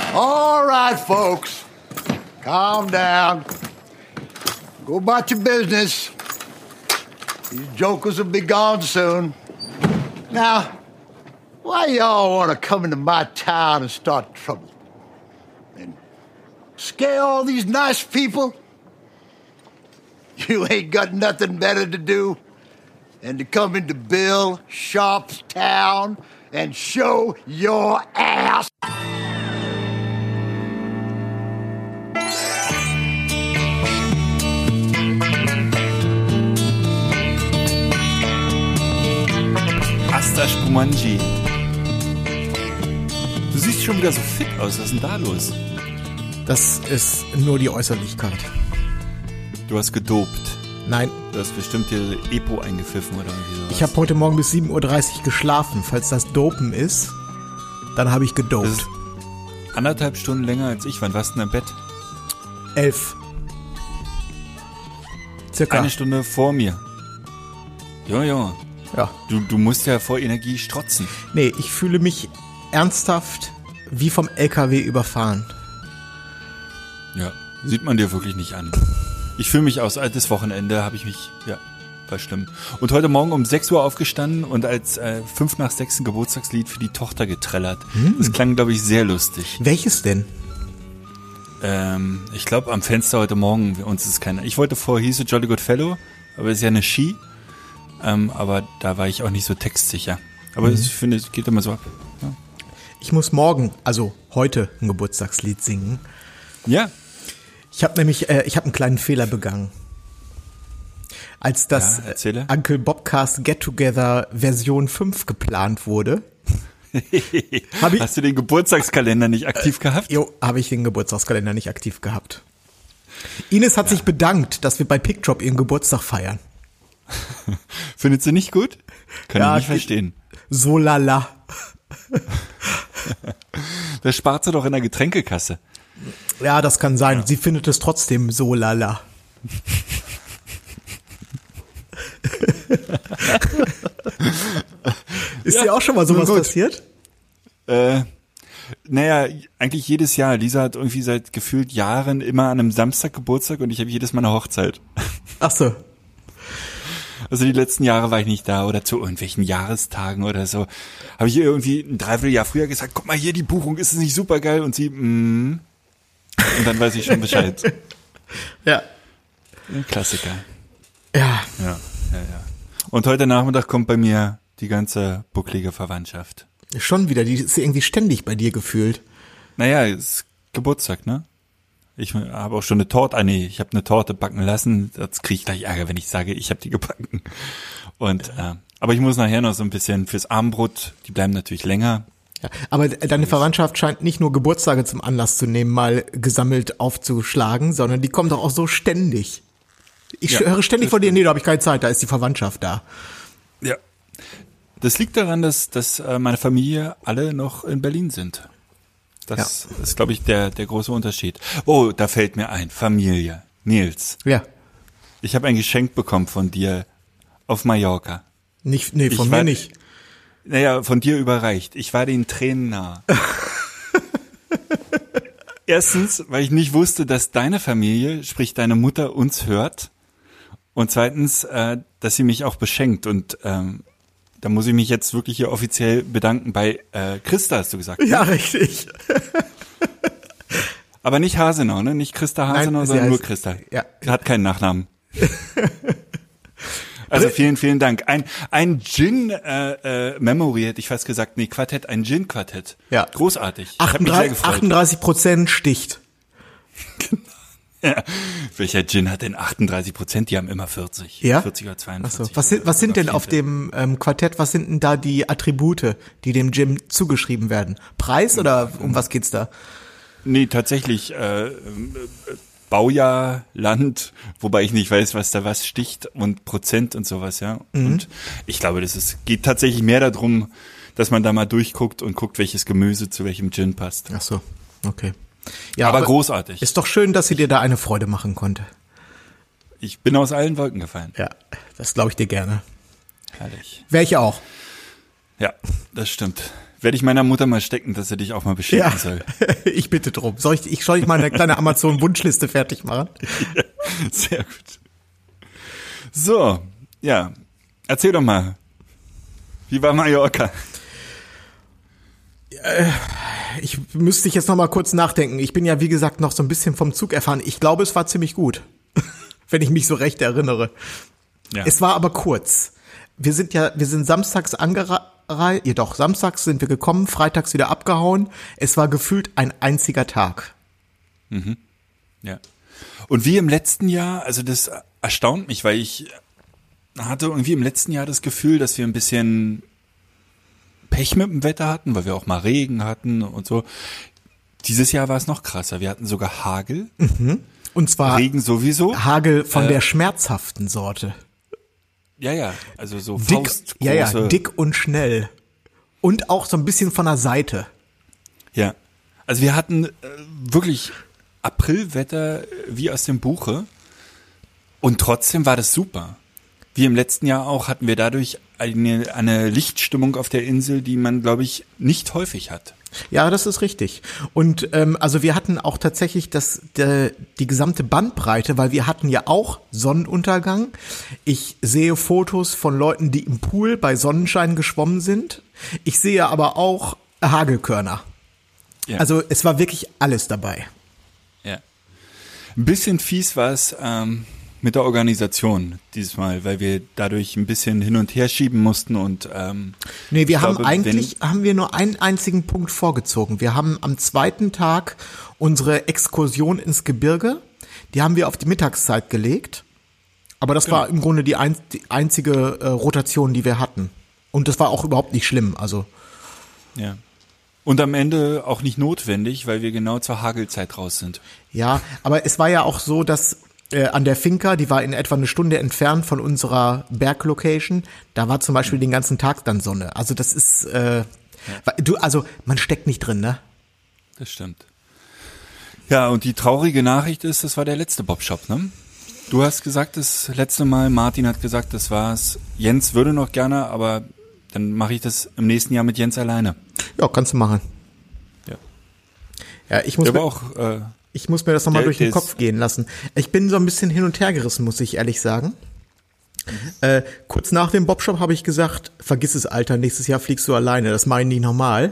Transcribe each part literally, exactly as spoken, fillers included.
All right, folks. Calm down. Go about your business. These jokers will be gone soon. Now, why y'all want to come into my town and start trouble? And scare all these nice people? You ain't got nothing better to do than to come into Bill Sharp's town and show your ass. Asta Spumanji. Du siehst schon wieder so fit aus. Was ist denn da los? Das ist nur die Äußerlichkeit. Du hast gedopt. Nein. Du hast bestimmt dir Epo eingepfiffen oder irgendwie sowas. Ich habe heute Morgen bis sieben Uhr dreißig geschlafen. Falls das Dopen ist, dann habe ich gedopt. Das ist anderthalb Stunden länger als ich. Wann warst du denn im Bett? Elf. Circa. Eine Stunde vor mir. Jo, jo. Ja. Du, du musst ja vor Energie strotzen. Nee, ich fühle mich ernsthaft wie vom L K W überfahren. Ja, sieht man dir wirklich nicht an. Ich fühle mich aus altes Wochenende, habe ich mich, ja, war schlimm. Und heute Morgen um sechs Uhr aufgestanden und als äh, fünf nach sechs ein Geburtstagslied für die Tochter getrellert. Hm. Das klang, glaube ich, sehr lustig. Welches denn? Ähm, ich glaube am Fenster heute Morgen, uns ist keiner. Ich wollte vor He's a Jolly Good Fellow, aber es ist ja eine Ski. Ähm, aber da war ich auch nicht so textsicher. Aber mhm. ich finde, es geht immer so ab. Ja. Ich muss morgen, also heute, ein Geburtstagslied singen. Ja. Ich habe nämlich, äh, ich habe einen kleinen Fehler begangen. Als das ja, äh, Uncle Bobcast Get Together Version fünf geplant wurde. hab ich, Hast du den Geburtstagskalender nicht aktiv äh, gehabt? Jo, habe ich den Geburtstagskalender nicht aktiv gehabt. Ines hat ja. sich bedankt, dass wir bei PickDrop ihren Geburtstag feiern. Findest du nicht gut? Kann ja, ich nicht verstehen. So lala. Das spart sie doch in der Getränkekasse. Ja, das kann sein. Ja. Sie findet es trotzdem so lala. Ist ja, dir auch schon mal sowas passiert? Äh, naja, eigentlich jedes Jahr. Lisa hat irgendwie seit gefühlt Jahren immer an einem Samstag Geburtstag und ich habe jedes Mal eine Hochzeit. Ach so. Also die letzten Jahre war ich nicht da oder zu irgendwelchen Jahrestagen oder so. Habe ich ihr irgendwie ein Dreivierteljahr früher gesagt, guck mal hier, die Buchung, ist es nicht super geil? Und sie, mm. Und dann weiß ich schon Bescheid. Ja. Ein Klassiker. Ja. Ja, ja, ja. Und heute Nachmittag kommt bei mir die ganze bucklige Verwandtschaft. Schon wieder, die ist irgendwie ständig bei dir gefühlt. Naja, es ist Geburtstag, ne? Ich habe auch schon eine Torte, ah nee, ich habe eine Torte backen lassen. Jetzt kriege ich gleich Ärger, wenn ich sage, ich habe die gebacken. Und äh, aber ich muss nachher noch so ein bisschen fürs Abendbrot, die bleiben natürlich länger. Ja, aber deine Verwandtschaft scheint nicht nur Geburtstage zum Anlass zu nehmen, mal gesammelt aufzuschlagen, sondern die kommen doch auch so ständig. Ich ja, höre ständig von dir, nee, da habe ich keine Zeit, da ist die Verwandtschaft da. Ja, das liegt daran, dass, dass meine Familie alle noch in Berlin sind. Das ja. ist, glaube ich, der, der große Unterschied. Oh, da fällt mir ein, Familie. Nils. Ja. Ich habe ein Geschenk bekommen von dir auf Mallorca. Nicht, nee, von ich mir war, nicht. Naja, von dir überreicht. Ich war den Tränen nah. Erstens, weil ich nicht wusste, dass deine Familie, sprich deine Mutter, uns hört. Und zweitens, äh, dass sie mich auch beschenkt. Und ähm, da muss ich mich jetzt wirklich hier offiziell bedanken bei äh, Christa, hast du gesagt. Ja, ne? Richtig. Aber nicht Hasenau, ne? Nicht Christa Hasenau, Nein, sondern heißt, nur Christa. Ja. Hat keinen Nachnamen. Also vielen, vielen Dank. Ein ein Gin äh, äh, Memory hätte ich fast gesagt, nee, Quartett, ein Gin Quartett. Ja. Großartig. achtunddreißig Prozent sticht. Ja. Welcher Gin hat denn achtunddreißig Prozent? Die haben immer vierzig. Ja? vierzig oder zweiundvierzig. Achso. Was sind, was sind denn auf dem ähm, Quartett, was sind denn da die Attribute, die dem Gin zugeschrieben werden? Preis oder um was geht's da? Nee, tatsächlich äh, äh, Baujahr, Land, wobei ich nicht weiß, was da was sticht und Prozent und sowas, ja. Mhm. Und ich glaube, das ist, geht tatsächlich mehr darum, dass man da mal durchguckt und guckt, welches Gemüse zu welchem Gin passt. Ach so, okay. Ja, aber, aber großartig. Ist doch schön, dass sie dir da eine Freude machen konnte. Ich bin aus allen Wolken gefallen. Ja, das glaube ich dir gerne. Herrlich. Wäre ich auch. Ja, das stimmt. Werde ich meiner Mutter mal stecken, dass sie dich auch mal beschenken Ja, soll. ich bitte drum. Soll ich, ich, soll ich mal eine kleine Amazon-Wunschliste fertig machen? Ja, sehr gut. So, ja. Erzähl doch mal. Wie war Mallorca? Ich müsste jetzt noch mal kurz nachdenken. Ich bin ja, wie gesagt, noch so ein bisschen vom Zug erfahren. Ich glaube, es war ziemlich gut, wenn ich mich so recht erinnere. Ja. Es war aber kurz. Wir sind ja, wir sind samstags angereist, jedoch samstags sind wir gekommen, freitags wieder abgehauen. Es war gefühlt ein einziger Tag. Ja. Und wie im letzten Jahr, also das erstaunt mich, weil ich hatte irgendwie im letzten Jahr das Gefühl, dass wir ein bisschen Pech mit dem Wetter hatten, weil wir auch mal Regen hatten und so. Dieses Jahr war es noch krasser. Wir hatten sogar Hagel. Und zwar Regen sowieso. Hagel von Äh, der schmerzhaften Sorte. Ja, ja, also so Dick, faustgroße. ja, ja, dick und schnell. Und auch so ein bisschen von der Seite. Ja, also wir hatten äh, wirklich Aprilwetter wie aus dem Buche und trotzdem war das super. Wie im letzten Jahr auch hatten wir dadurch eine, eine Lichtstimmung auf der Insel, die man, glaube ich, nicht häufig hat. Ja, das ist richtig. Und ähm, also wir hatten auch tatsächlich das de, die gesamte Bandbreite, weil wir hatten ja auch Sonnenuntergang. Ich sehe Fotos von Leuten, die im Pool bei Sonnenschein geschwommen sind. Ich sehe aber auch Hagelkörner. Ja. Also es war wirklich alles dabei. Ja. Ein bisschen fies war es ähm, mit der Organisation dieses Mal, weil wir dadurch ein bisschen hin und her schieben mussten und ähm, Nee, wir ich haben glaube, eigentlich, wenn, haben wir nur einen einzigen Punkt vorgezogen. Wir haben am zweiten Tag unsere Exkursion ins Gebirge, die haben wir auf die Mittagszeit gelegt. Aber das war im Grunde die, ein, die einzige äh, Rotation, die wir hatten. Und das war auch überhaupt nicht schlimm, also. ja. Und am Ende auch nicht notwendig, weil wir genau zur Hagelzeit raus sind. Ja, aber es war ja auch so, dass äh, an der Finca, die war in etwa eine Stunde entfernt von unserer Berglocation, da war zum Beispiel den ganzen Tag dann Sonne. Also das ist, äh, ja. du, also man steckt nicht drin, ne? Das stimmt. Ja, und die traurige Nachricht ist, das war der letzte Bobshop, ne? Du hast gesagt, das letzte Mal, Martin hat gesagt, das war's. Jens würde noch gerne, aber dann mache ich das im nächsten Jahr mit Jens alleine. Ja, kannst du machen. Ja. Ja, ich muss Der mir, war auch, äh, ich muss mir das nochmal der- durch den der Kopf ist- gehen lassen. Ich bin so ein bisschen hin und her gerissen, muss ich ehrlich sagen. Mhm. Äh, kurz nach dem Bobshop habe ich gesagt, vergiss es, Alter, nächstes Jahr fliegst du alleine. Das mache ich nicht normal.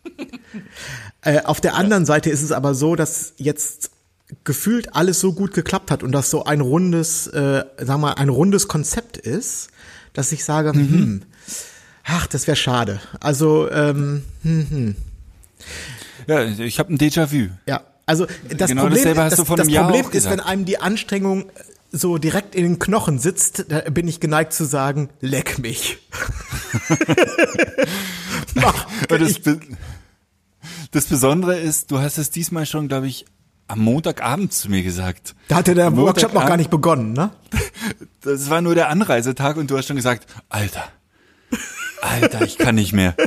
äh, auf der anderen Seite ist es aber so, dass jetzt gefühlt alles so gut geklappt hat und das so ein rundes, äh, sagen wir mal, ein rundes Konzept ist, dass ich sage, Mhm. hm, ach, das wäre schade. Also, ähm, hm, hm. ja, ich habe ein Déjà-vu. Ja, also das Genau Problem, dasselbe hast das, du vor das einem Jahr Problem auch ist, wenn gesagt. einem die Anstrengung so direkt in den Knochen sitzt, da bin ich geneigt zu sagen, leck mich. Mach, Aber das, ich, Be- das Besondere ist, du hast es diesmal schon, glaube ich, am Montagabend zu mir gesagt. da hatte der Am Workshop noch gar Montagabend- nicht begonnen, ne? Das war nur der Anreisetag und du hast schon gesagt, Alter, Alter, ich kann nicht mehr.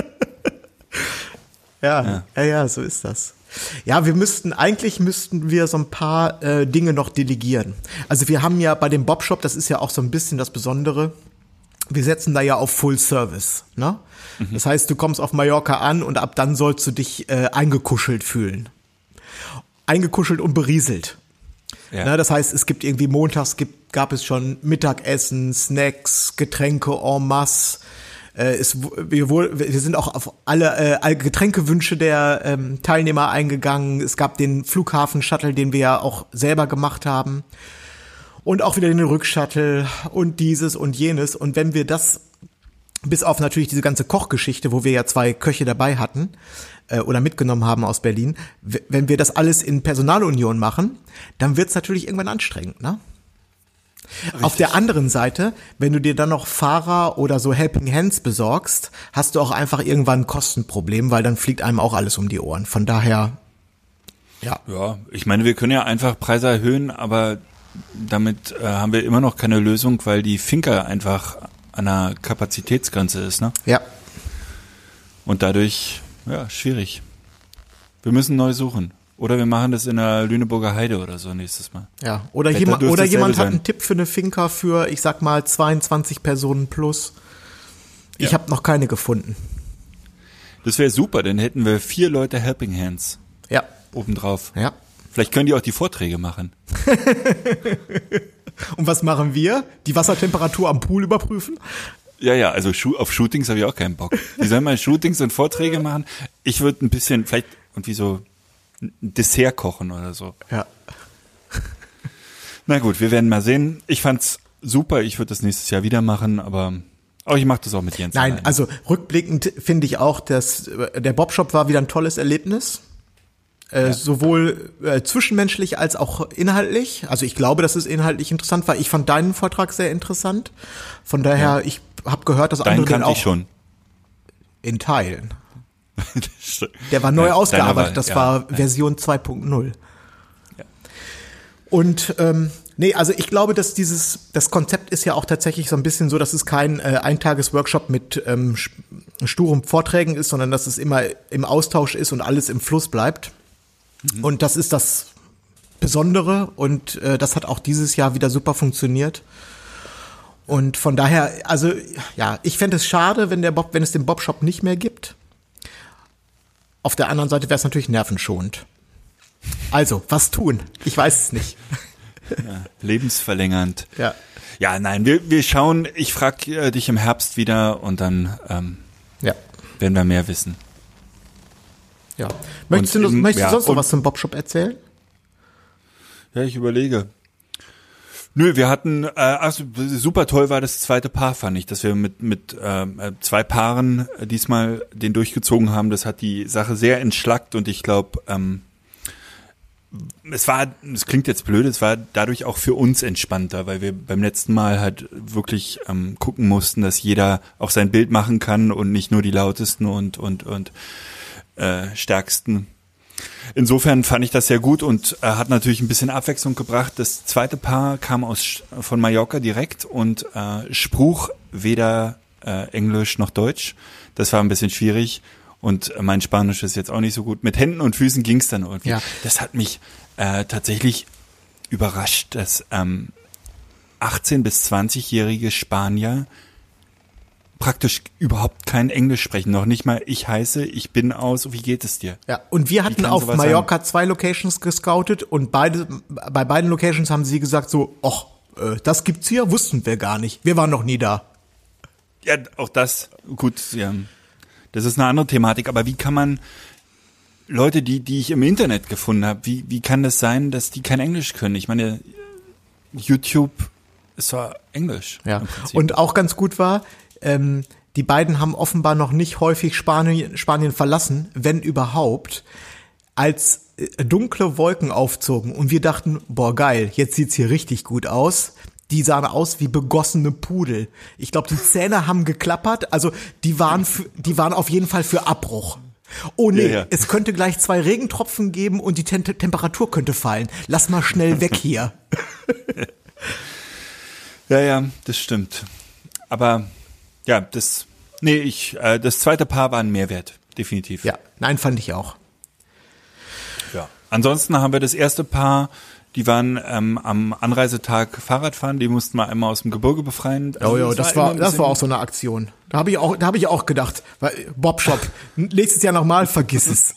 Ja, ja, ja, ja, so ist das. Ja, wir müssten, eigentlich müssten wir so ein paar äh, Dinge noch delegieren. Also wir haben ja bei dem Bobshop, das ist ja auch so ein bisschen das Besondere, wir setzen da ja auf Full Service, ne? Mhm. Das heißt, du kommst auf Mallorca an und ab dann sollst du dich äh, eingekuschelt fühlen. Eingekuschelt und berieselt. Ja. Ne, das heißt, es gibt irgendwie montags gibt, gab es schon Mittagessen, Snacks, Getränke en masse. Äh, es, wir, wohl, wir sind auch auf alle, äh, alle Getränkewünsche der ähm, Teilnehmer eingegangen. Es gab den Flughafen-Shuttle, den wir ja auch selber gemacht haben. Und auch wieder den Rückshuttle und dieses und jenes. Und wenn wir das, bis auf natürlich diese ganze Kochgeschichte, wo wir ja zwei Köche dabei hatten äh, oder mitgenommen haben aus Berlin, w- wenn wir das alles in Personalunion machen, dann wird's natürlich irgendwann anstrengend, ne? Auf der anderen Seite, wenn du dir dann noch Fahrer oder so Helping Hands besorgst, hast du auch einfach irgendwann ein Kostenproblem, weil dann fliegt einem auch alles um die Ohren. Von daher, ja. Ja, ich meine, wir können ja einfach Preise erhöhen, aber damit äh, haben wir immer noch keine Lösung, weil die Finca einfach an einer Kapazitätsgrenze ist, ne? Ja. Und dadurch, ja, schwierig. Wir müssen neu suchen. Oder wir machen das in der Lüneburger Heide oder so nächstes Mal. Ja, oder Wetter jemand, dürfte oder dasselbe jemand hat sein. einen Tipp für eine Finca für, ich sag mal, zweiundzwanzig Personen plus. Ich Ja. habe noch keine gefunden. Das wäre super, dann hätten wir vier Leute Helping Hands Ja. obendrauf. Ja. Vielleicht können die auch die Vorträge machen. Und was machen wir? Die Wassertemperatur am Pool überprüfen? Ja, ja, also Schu- auf Shootings habe ich auch keinen Bock. Die sollen mal Shootings und Vorträge machen. Ich würde ein bisschen, vielleicht irgendwie so ein Dessert kochen oder so. Ja. Na gut, wir werden mal sehen. Ich fand's super, ich würde das nächstes Jahr wieder machen, aber auch ich mache das auch mit Jens. Nein, alleine. also rückblickend finde ich auch, dass äh, der Bobshop war wieder ein tolles Erlebnis. Äh, Ja. Sowohl äh, zwischenmenschlich als auch inhaltlich. Also ich glaube, dass es inhaltlich interessant war. Ich fand deinen Vortrag sehr interessant. Von daher, ich habe gehört, dass Deinen andere den kannte auch ich schon. in Teilen. Der war neu Ja, ausgearbeitet, deiner das ja, war ja. Version zwei Punkt null. Ja. Und ähm, nee, also ich glaube, dass dieses, das Konzept ist ja auch tatsächlich so ein bisschen so, dass es kein äh, Eintages-Workshop mit ähm, sturem Vorträgen ist, sondern dass es immer im Austausch ist und alles im Fluss bleibt. Mhm. Und das ist das Besondere und äh, das hat auch dieses Jahr wieder super funktioniert. Und von daher, also ja, ich fände es schade, wenn der Bob, wenn es den Bobshop nicht mehr gibt. Auf der anderen Seite wäre es natürlich nervenschonend. Also, was tun? Ich weiß es nicht. Ja, lebensverlängernd. Ja. Ja, nein, wir, wir schauen, ich frage äh, dich im Herbst wieder und dann ähm, Ja. werden wir mehr wissen. Ja. Möchtest Und du, im- möchtest ja, du sonst noch und- was zum Bobshop erzählen? Ja, ich überlege. Nö, wir hatten, äh, also super toll war das zweite Paar, fand ich, dass wir mit mit ähm, äh, zwei Paaren äh, diesmal den durchgezogen haben. Das hat die Sache sehr entschlackt und ich glaube, ähm, es war, es klingt jetzt blöd, es war dadurch auch für uns entspannter, weil wir beim letzten Mal halt wirklich ähm, gucken mussten, dass jeder auch sein Bild machen kann und nicht nur die lautesten und und und äh, stärksten. Insofern fand ich das sehr gut und äh, hat natürlich ein bisschen Abwechslung gebracht. Das zweite Paar kam aus von Mallorca direkt und äh, spruch weder äh, Englisch noch Deutsch. Das war ein bisschen schwierig und äh, mein Spanisch ist jetzt auch nicht so gut. Mit Händen und Füßen ging's dann irgendwie. Ja. Das hat mich äh, tatsächlich überrascht, dass ähm, achtzehn- bis zwanzigjährige Spanier praktisch überhaupt kein Englisch sprechen, noch nicht mal ich heiße, ich bin aus, wie geht es dir? Ja. Und wir hatten kann auf sowas Mallorca zwei Locations gescoutet und beide, bei beiden Locations haben sie gesagt so, ach, äh, das gibt's hier, wussten wir gar nicht. Wir waren noch nie da. Ja, auch das, gut, ja, das ist eine andere Thematik, aber wie kann man Leute, die die ich im Internet gefunden habe, wie wie kann das sein, dass die kein Englisch können? Ich meine, YouTube ist zwar Englisch. Ja. im Prinzip. Und auch ganz gut war, ähm, die beiden haben offenbar noch nicht häufig Spanien, Spanien verlassen, wenn überhaupt, als äh, dunkle Wolken aufzogen und wir dachten, boah geil, jetzt sieht's hier richtig gut aus. Die sahen aus wie begossene Pudel. Ich glaube, die Zähne haben geklappert, also die waren für, die waren auf jeden Fall für Abbruch. Oh nee, Ja, ja. es könnte gleich zwei Regentropfen geben und die Tem- Temperatur könnte fallen. Lass mal schnell weg hier. Ja, ja, das stimmt. Aber ja, das nee, ich äh, das zweite Paar war ein Mehrwert, definitiv. Ja, nein, fand ich auch. Ja. Ansonsten haben wir das erste Paar, die waren ähm, am Anreisetag Fahrradfahren, die mussten wir einmal aus dem Gebirge befreien. Also Oh ja, das war, immer ein das bisschen- war auch so eine Aktion. Da habe ich auch, da habe ich auch gedacht, weil Bobshop, nächstes Jahr nochmal, vergiss es.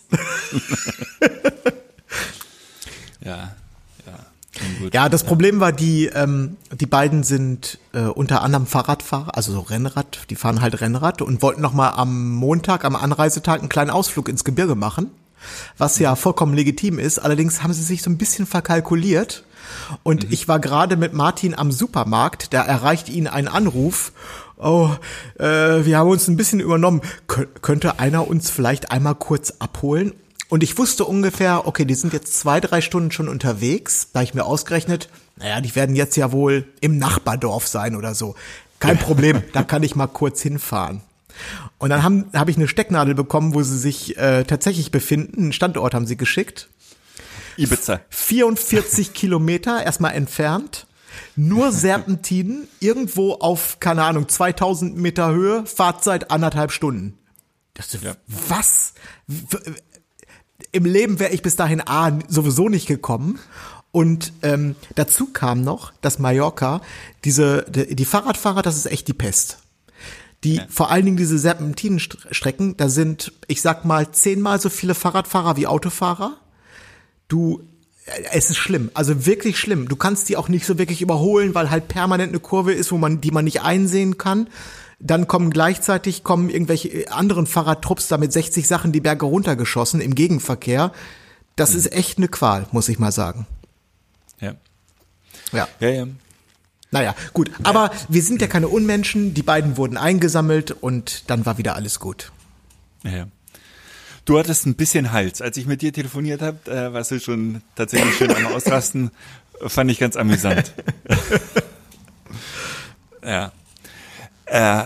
Ja, ja. schon gut. Ja, das Problem war, die, ähm, die beiden sind äh, unter anderem Fahrradfahrer, also so Rennrad, die fahren halt Rennrad und wollten nochmal am Montag, am Anreisetag einen kleinen Ausflug ins Gebirge machen, was ja vollkommen legitim ist. Allerdings haben sie sich so ein bisschen verkalkuliert und ich war gerade mit Martin am Supermarkt, da erreicht ihn ein Anruf. Oh, äh, wir haben uns ein bisschen übernommen. Kö- könnte einer uns vielleicht einmal kurz abholen? Und ich wusste ungefähr, okay, die sind jetzt zwei, drei Stunden schon unterwegs. Da hab ich mir ausgerechnet, naja, die werden jetzt ja wohl im Nachbardorf sein oder so. Kein Problem, da kann ich mal kurz hinfahren. Und dann haben habe ich eine Stecknadel bekommen, wo sie sich äh, tatsächlich befinden. Einen Standort haben sie geschickt. Ibiza. vierundvierzig Kilometer erstmal entfernt. Nur Serpentinen, irgendwo auf, keine Ahnung, zweitausend Meter Höhe, Fahrzeit anderthalb Stunden. Das ist, Ja. Was? W- Im Leben wäre ich bis dahin A, sowieso nicht gekommen. Und ähm, dazu kam noch, dass Mallorca, diese die, die Fahrradfahrer, das ist echt die Pest. Die, ja. vor allen Dingen diese Serpentinenstrecken, da sind, ich sag mal, zehnmal so viele Fahrradfahrer wie Autofahrer. Du, es ist schlimm, also wirklich schlimm. Du kannst die auch nicht so wirklich überholen, weil halt permanent eine Kurve ist, wo man, die man nicht einsehen kann. Dann kommen gleichzeitig, kommen irgendwelche anderen Fahrradtrupps da mit sechzig Sachen die Berge runtergeschossen im Gegenverkehr. Das mhm. ist echt eine Qual, muss ich mal sagen. Ja. Ja. Ja, ja. Naja, gut. Aber wir sind ja keine Unmenschen. Die beiden wurden eingesammelt und dann war wieder alles gut. Ja. Du hattest ein bisschen Hals. Als ich mit dir telefoniert habe, äh, warst du schon tatsächlich schön am Ausrasten. Fand ich ganz amüsant. Ja. Äh,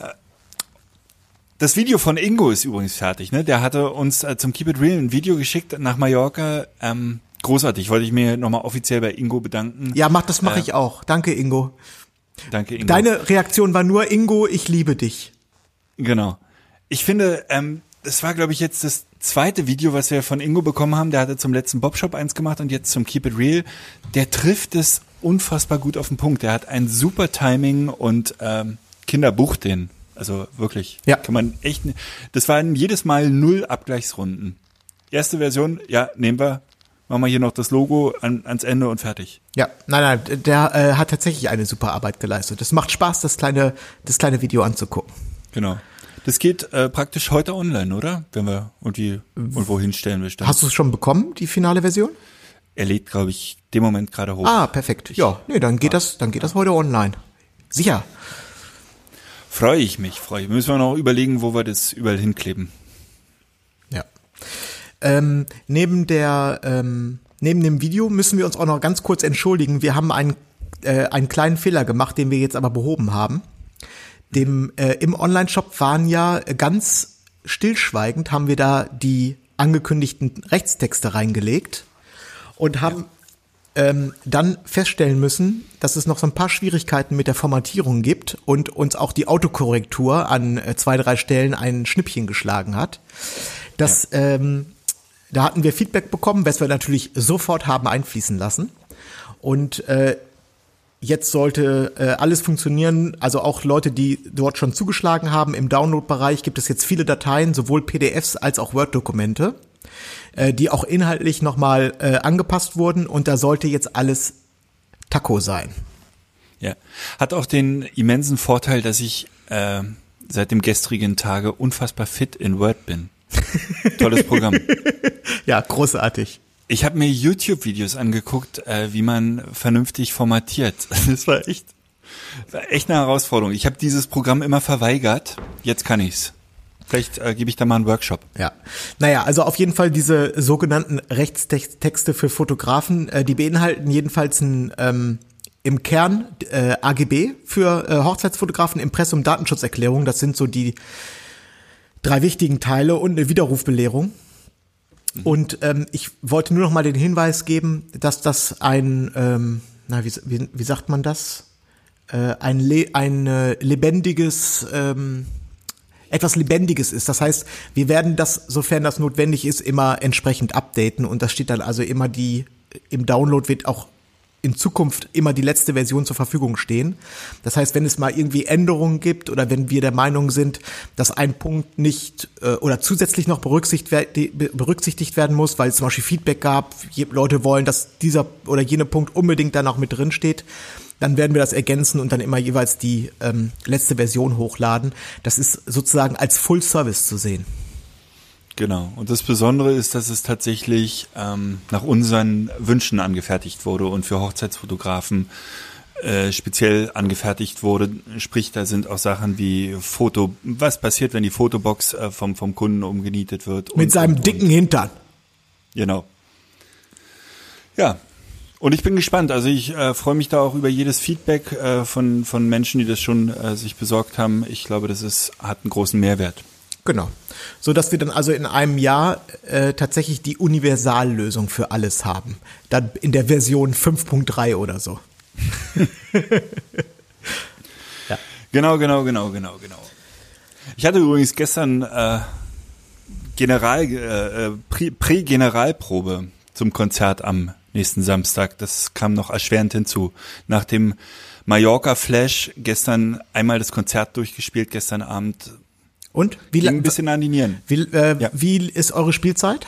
das Video von Ingo ist übrigens fertig. Ne? Der hatte uns äh, zum Keep It Real ein Video geschickt nach Mallorca. Ähm, Großartig, wollte ich mir nochmal offiziell bei Ingo bedanken. Ja, mach, das mache äh, ich auch. Danke, Ingo. Danke, Ingo. Deine Reaktion war nur, Ingo, ich liebe dich. Genau. Ich finde, ähm, das war, glaube ich, jetzt das zweite Video, was wir von Ingo bekommen haben. Der hatte zum letzten Bobshop eins gemacht und jetzt zum Keep It Real. Der trifft es unfassbar gut auf den Punkt. Der hat ein super Timing und ähm, Kinder, bucht den. Also wirklich. Ja. Kann man echt. Das waren jedes Mal null Abgleichsrunden. Erste Version, ja, nehmen wir. Machen wir hier noch das Logo an, ans Ende und fertig. Ja, nein, nein, der äh, hat tatsächlich eine super Arbeit geleistet. Es macht Spaß, das kleine, das kleine Video anzugucken. Genau. Das geht äh, praktisch heute online, oder? Wenn wir irgendwie irgendwo hinstellen wir Hast du es schon bekommen, die finale Version? Er lädt, glaube ich, dem Moment gerade hoch. Ah, perfekt. Ich, ja, nee, dann geht ja. das, dann geht das heute online. Sicher. Freue ich mich, freue ich mich. Müssen wir noch überlegen, wo wir das überall hinkleben. Ja. Ähm, neben der, ähm, neben dem Video müssen wir uns auch noch ganz kurz entschuldigen. Wir haben einen, äh, einen kleinen Fehler gemacht, den wir jetzt aber behoben haben. Dem, äh, im Online-Shop waren ja ganz stillschweigend, haben wir da die angekündigten Rechtstexte reingelegt und haben ja. ähm, dann feststellen müssen, dass es noch so ein paar Schwierigkeiten mit der Formatierung gibt und uns auch die Autokorrektur an äh, zwei, drei Stellen ein Schnippchen geschlagen hat. Das, ja. ähm, Da hatten wir Feedback bekommen, was wir natürlich sofort haben einfließen lassen. Und äh, jetzt sollte äh, alles funktionieren. Also auch Leute, die dort schon zugeschlagen haben, im Download-Bereich gibt es jetzt viele Dateien, sowohl P D Fs als auch Word-Dokumente, äh, die auch inhaltlich nochmal äh, angepasst wurden. Und da sollte jetzt alles Taco sein. Ja, hat auch den immensen Vorteil, dass ich äh, seit dem gestrigen Tage unfassbar fit in Word bin. Tolles Programm. Ja, großartig. Ich habe mir YouTube-Videos angeguckt, äh, wie man vernünftig formatiert. Das war echt, war echt eine Herausforderung. Ich habe dieses Programm immer verweigert. Jetzt kann ich's. Vielleicht äh, gebe ich da mal einen Workshop. Ja, naja, also auf jeden Fall diese sogenannten Rechtstexte für Fotografen, äh, die beinhalten jedenfalls ein ähm, im Kern äh, A G B für äh, Hochzeitsfotografen, Impressum, Datenschutzerklärung. Das sind so die drei wichtigen Teile und eine Widerrufbelehrung. Mhm. Und ähm, ich wollte nur noch mal den Hinweis geben, dass das ein, ähm, na wie, wie, wie sagt man das? Äh, ein Le- ein äh, lebendiges, ähm, etwas Lebendiges ist. Das heißt, wir werden das, sofern das notwendig ist, immer entsprechend updaten. Und das steht dann also immer die, im Download wird auch in Zukunft immer die letzte Version zur Verfügung stehen. Das heißt, wenn es mal irgendwie Änderungen gibt oder wenn wir der Meinung sind, dass ein Punkt nicht äh, oder zusätzlich noch berücksichtigt, berücksichtigt werden muss, weil es zum Beispiel Feedback gab, Leute wollen, dass dieser oder jene Punkt unbedingt dann auch mit drin steht, dann werden wir das ergänzen und dann immer jeweils die ähm, letzte Version hochladen. Das ist sozusagen als Full Service zu sehen. Genau. Und das Besondere ist, dass es tatsächlich ähm, nach unseren Wünschen angefertigt wurde und für Hochzeitsfotografen äh, speziell angefertigt wurde. Sprich, da sind auch Sachen wie Foto, was passiert, wenn die Fotobox äh, vom vom Kunden umgenietet wird. Mit und, seinem und, dicken und. Hintern. Genau. Ja. Und ich bin gespannt. Also ich äh, freue mich da auch über jedes Feedback äh, von von Menschen, die das schon äh, sich besorgt haben. Ich glaube, das ist hat einen großen Mehrwert. Genau. So dass wir dann also in einem Jahr äh, tatsächlich die Universallösung für alles haben. Dann in der Version fünf Punkt drei oder so. Ja. Genau, genau, genau, genau, genau. Ich hatte übrigens gestern äh, General äh, Prä- Prä-Generalprobe zum Konzert am nächsten Samstag. Das kam noch erschwerend hinzu. Nach dem Mallorca-Flash gestern einmal das Konzert durchgespielt, gestern Abend. Und? Wie ging ein bisschen an die Nieren. Wie, äh, ja. wie ist eure Spielzeit?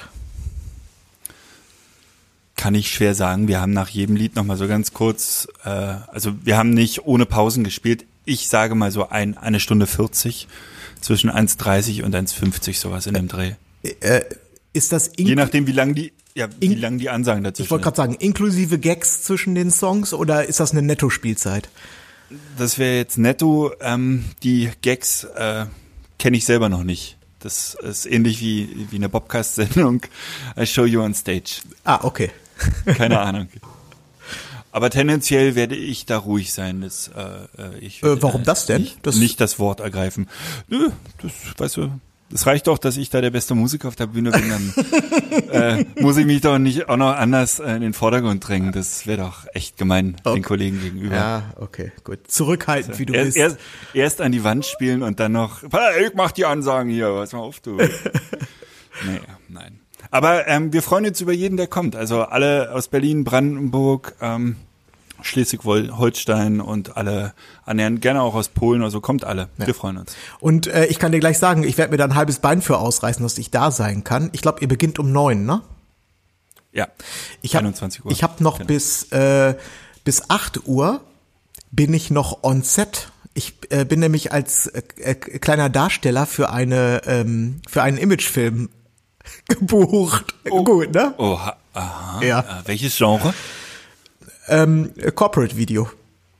Kann ich schwer sagen. Wir haben nach jedem Lied nochmal so ganz kurz, äh, also wir haben nicht ohne Pausen gespielt. Ich sage mal so ein, eine Stunde vierzig, zwischen eins dreißig und eins fünfzig, sowas in dem Dreh. Äh, ist das Je nachdem, wie lang die, ja, wie in, lang die Ansagen dazwischen Ich wollte gerade sagen, inklusive Gags zwischen den Songs oder ist das eine Netto-Spielzeit? Das wäre jetzt netto. Ähm, die Gags äh, kenne ich selber noch nicht. Das ist ähnlich wie, wie eine Bobcast-Sendung. I show you on stage. Ah, okay. Keine Ahnung. Aber tendenziell werde ich da ruhig sein. Das, äh, ich äh, warum das denn? Nicht das, nicht das Wort ergreifen. Nö, das, weißt du, das reicht doch, dass ich da der beste Musiker auf der Bühne bin. Dann äh, muss ich mich doch nicht auch noch anders äh, in den Vordergrund drängen. Das wäre doch echt gemein okay. den Kollegen gegenüber. Ja, okay, gut. Zurückhaltend, also, wie du erst, bist. Erst, erst an die Wand spielen und dann noch, ich mach die Ansagen hier, pass mal auf, du. Nee, nein. Aber ähm, wir freuen uns über jeden, der kommt. Also alle aus Berlin, Brandenburg, ähm, Schleswig-Holstein und alle annähernd, gerne auch aus Polen. Also kommt alle. Ja. Wir freuen uns. Und äh, ich kann dir gleich sagen, ich werde mir da ein halbes Bein für ausreißen, dass ich da sein kann. Ich glaube, ihr beginnt um neun, ne? Ja, ich hab, einundzwanzig Uhr. Ich habe noch genau. bis äh, bis acht Uhr bin ich noch on set. Ich äh, bin nämlich als äh, äh, kleiner Darsteller für eine ähm, für einen Imagefilm gebucht. Oh. Gut, ne? Oh, aha. Ja. Äh, welches Genre? Ähm, Corporate Video.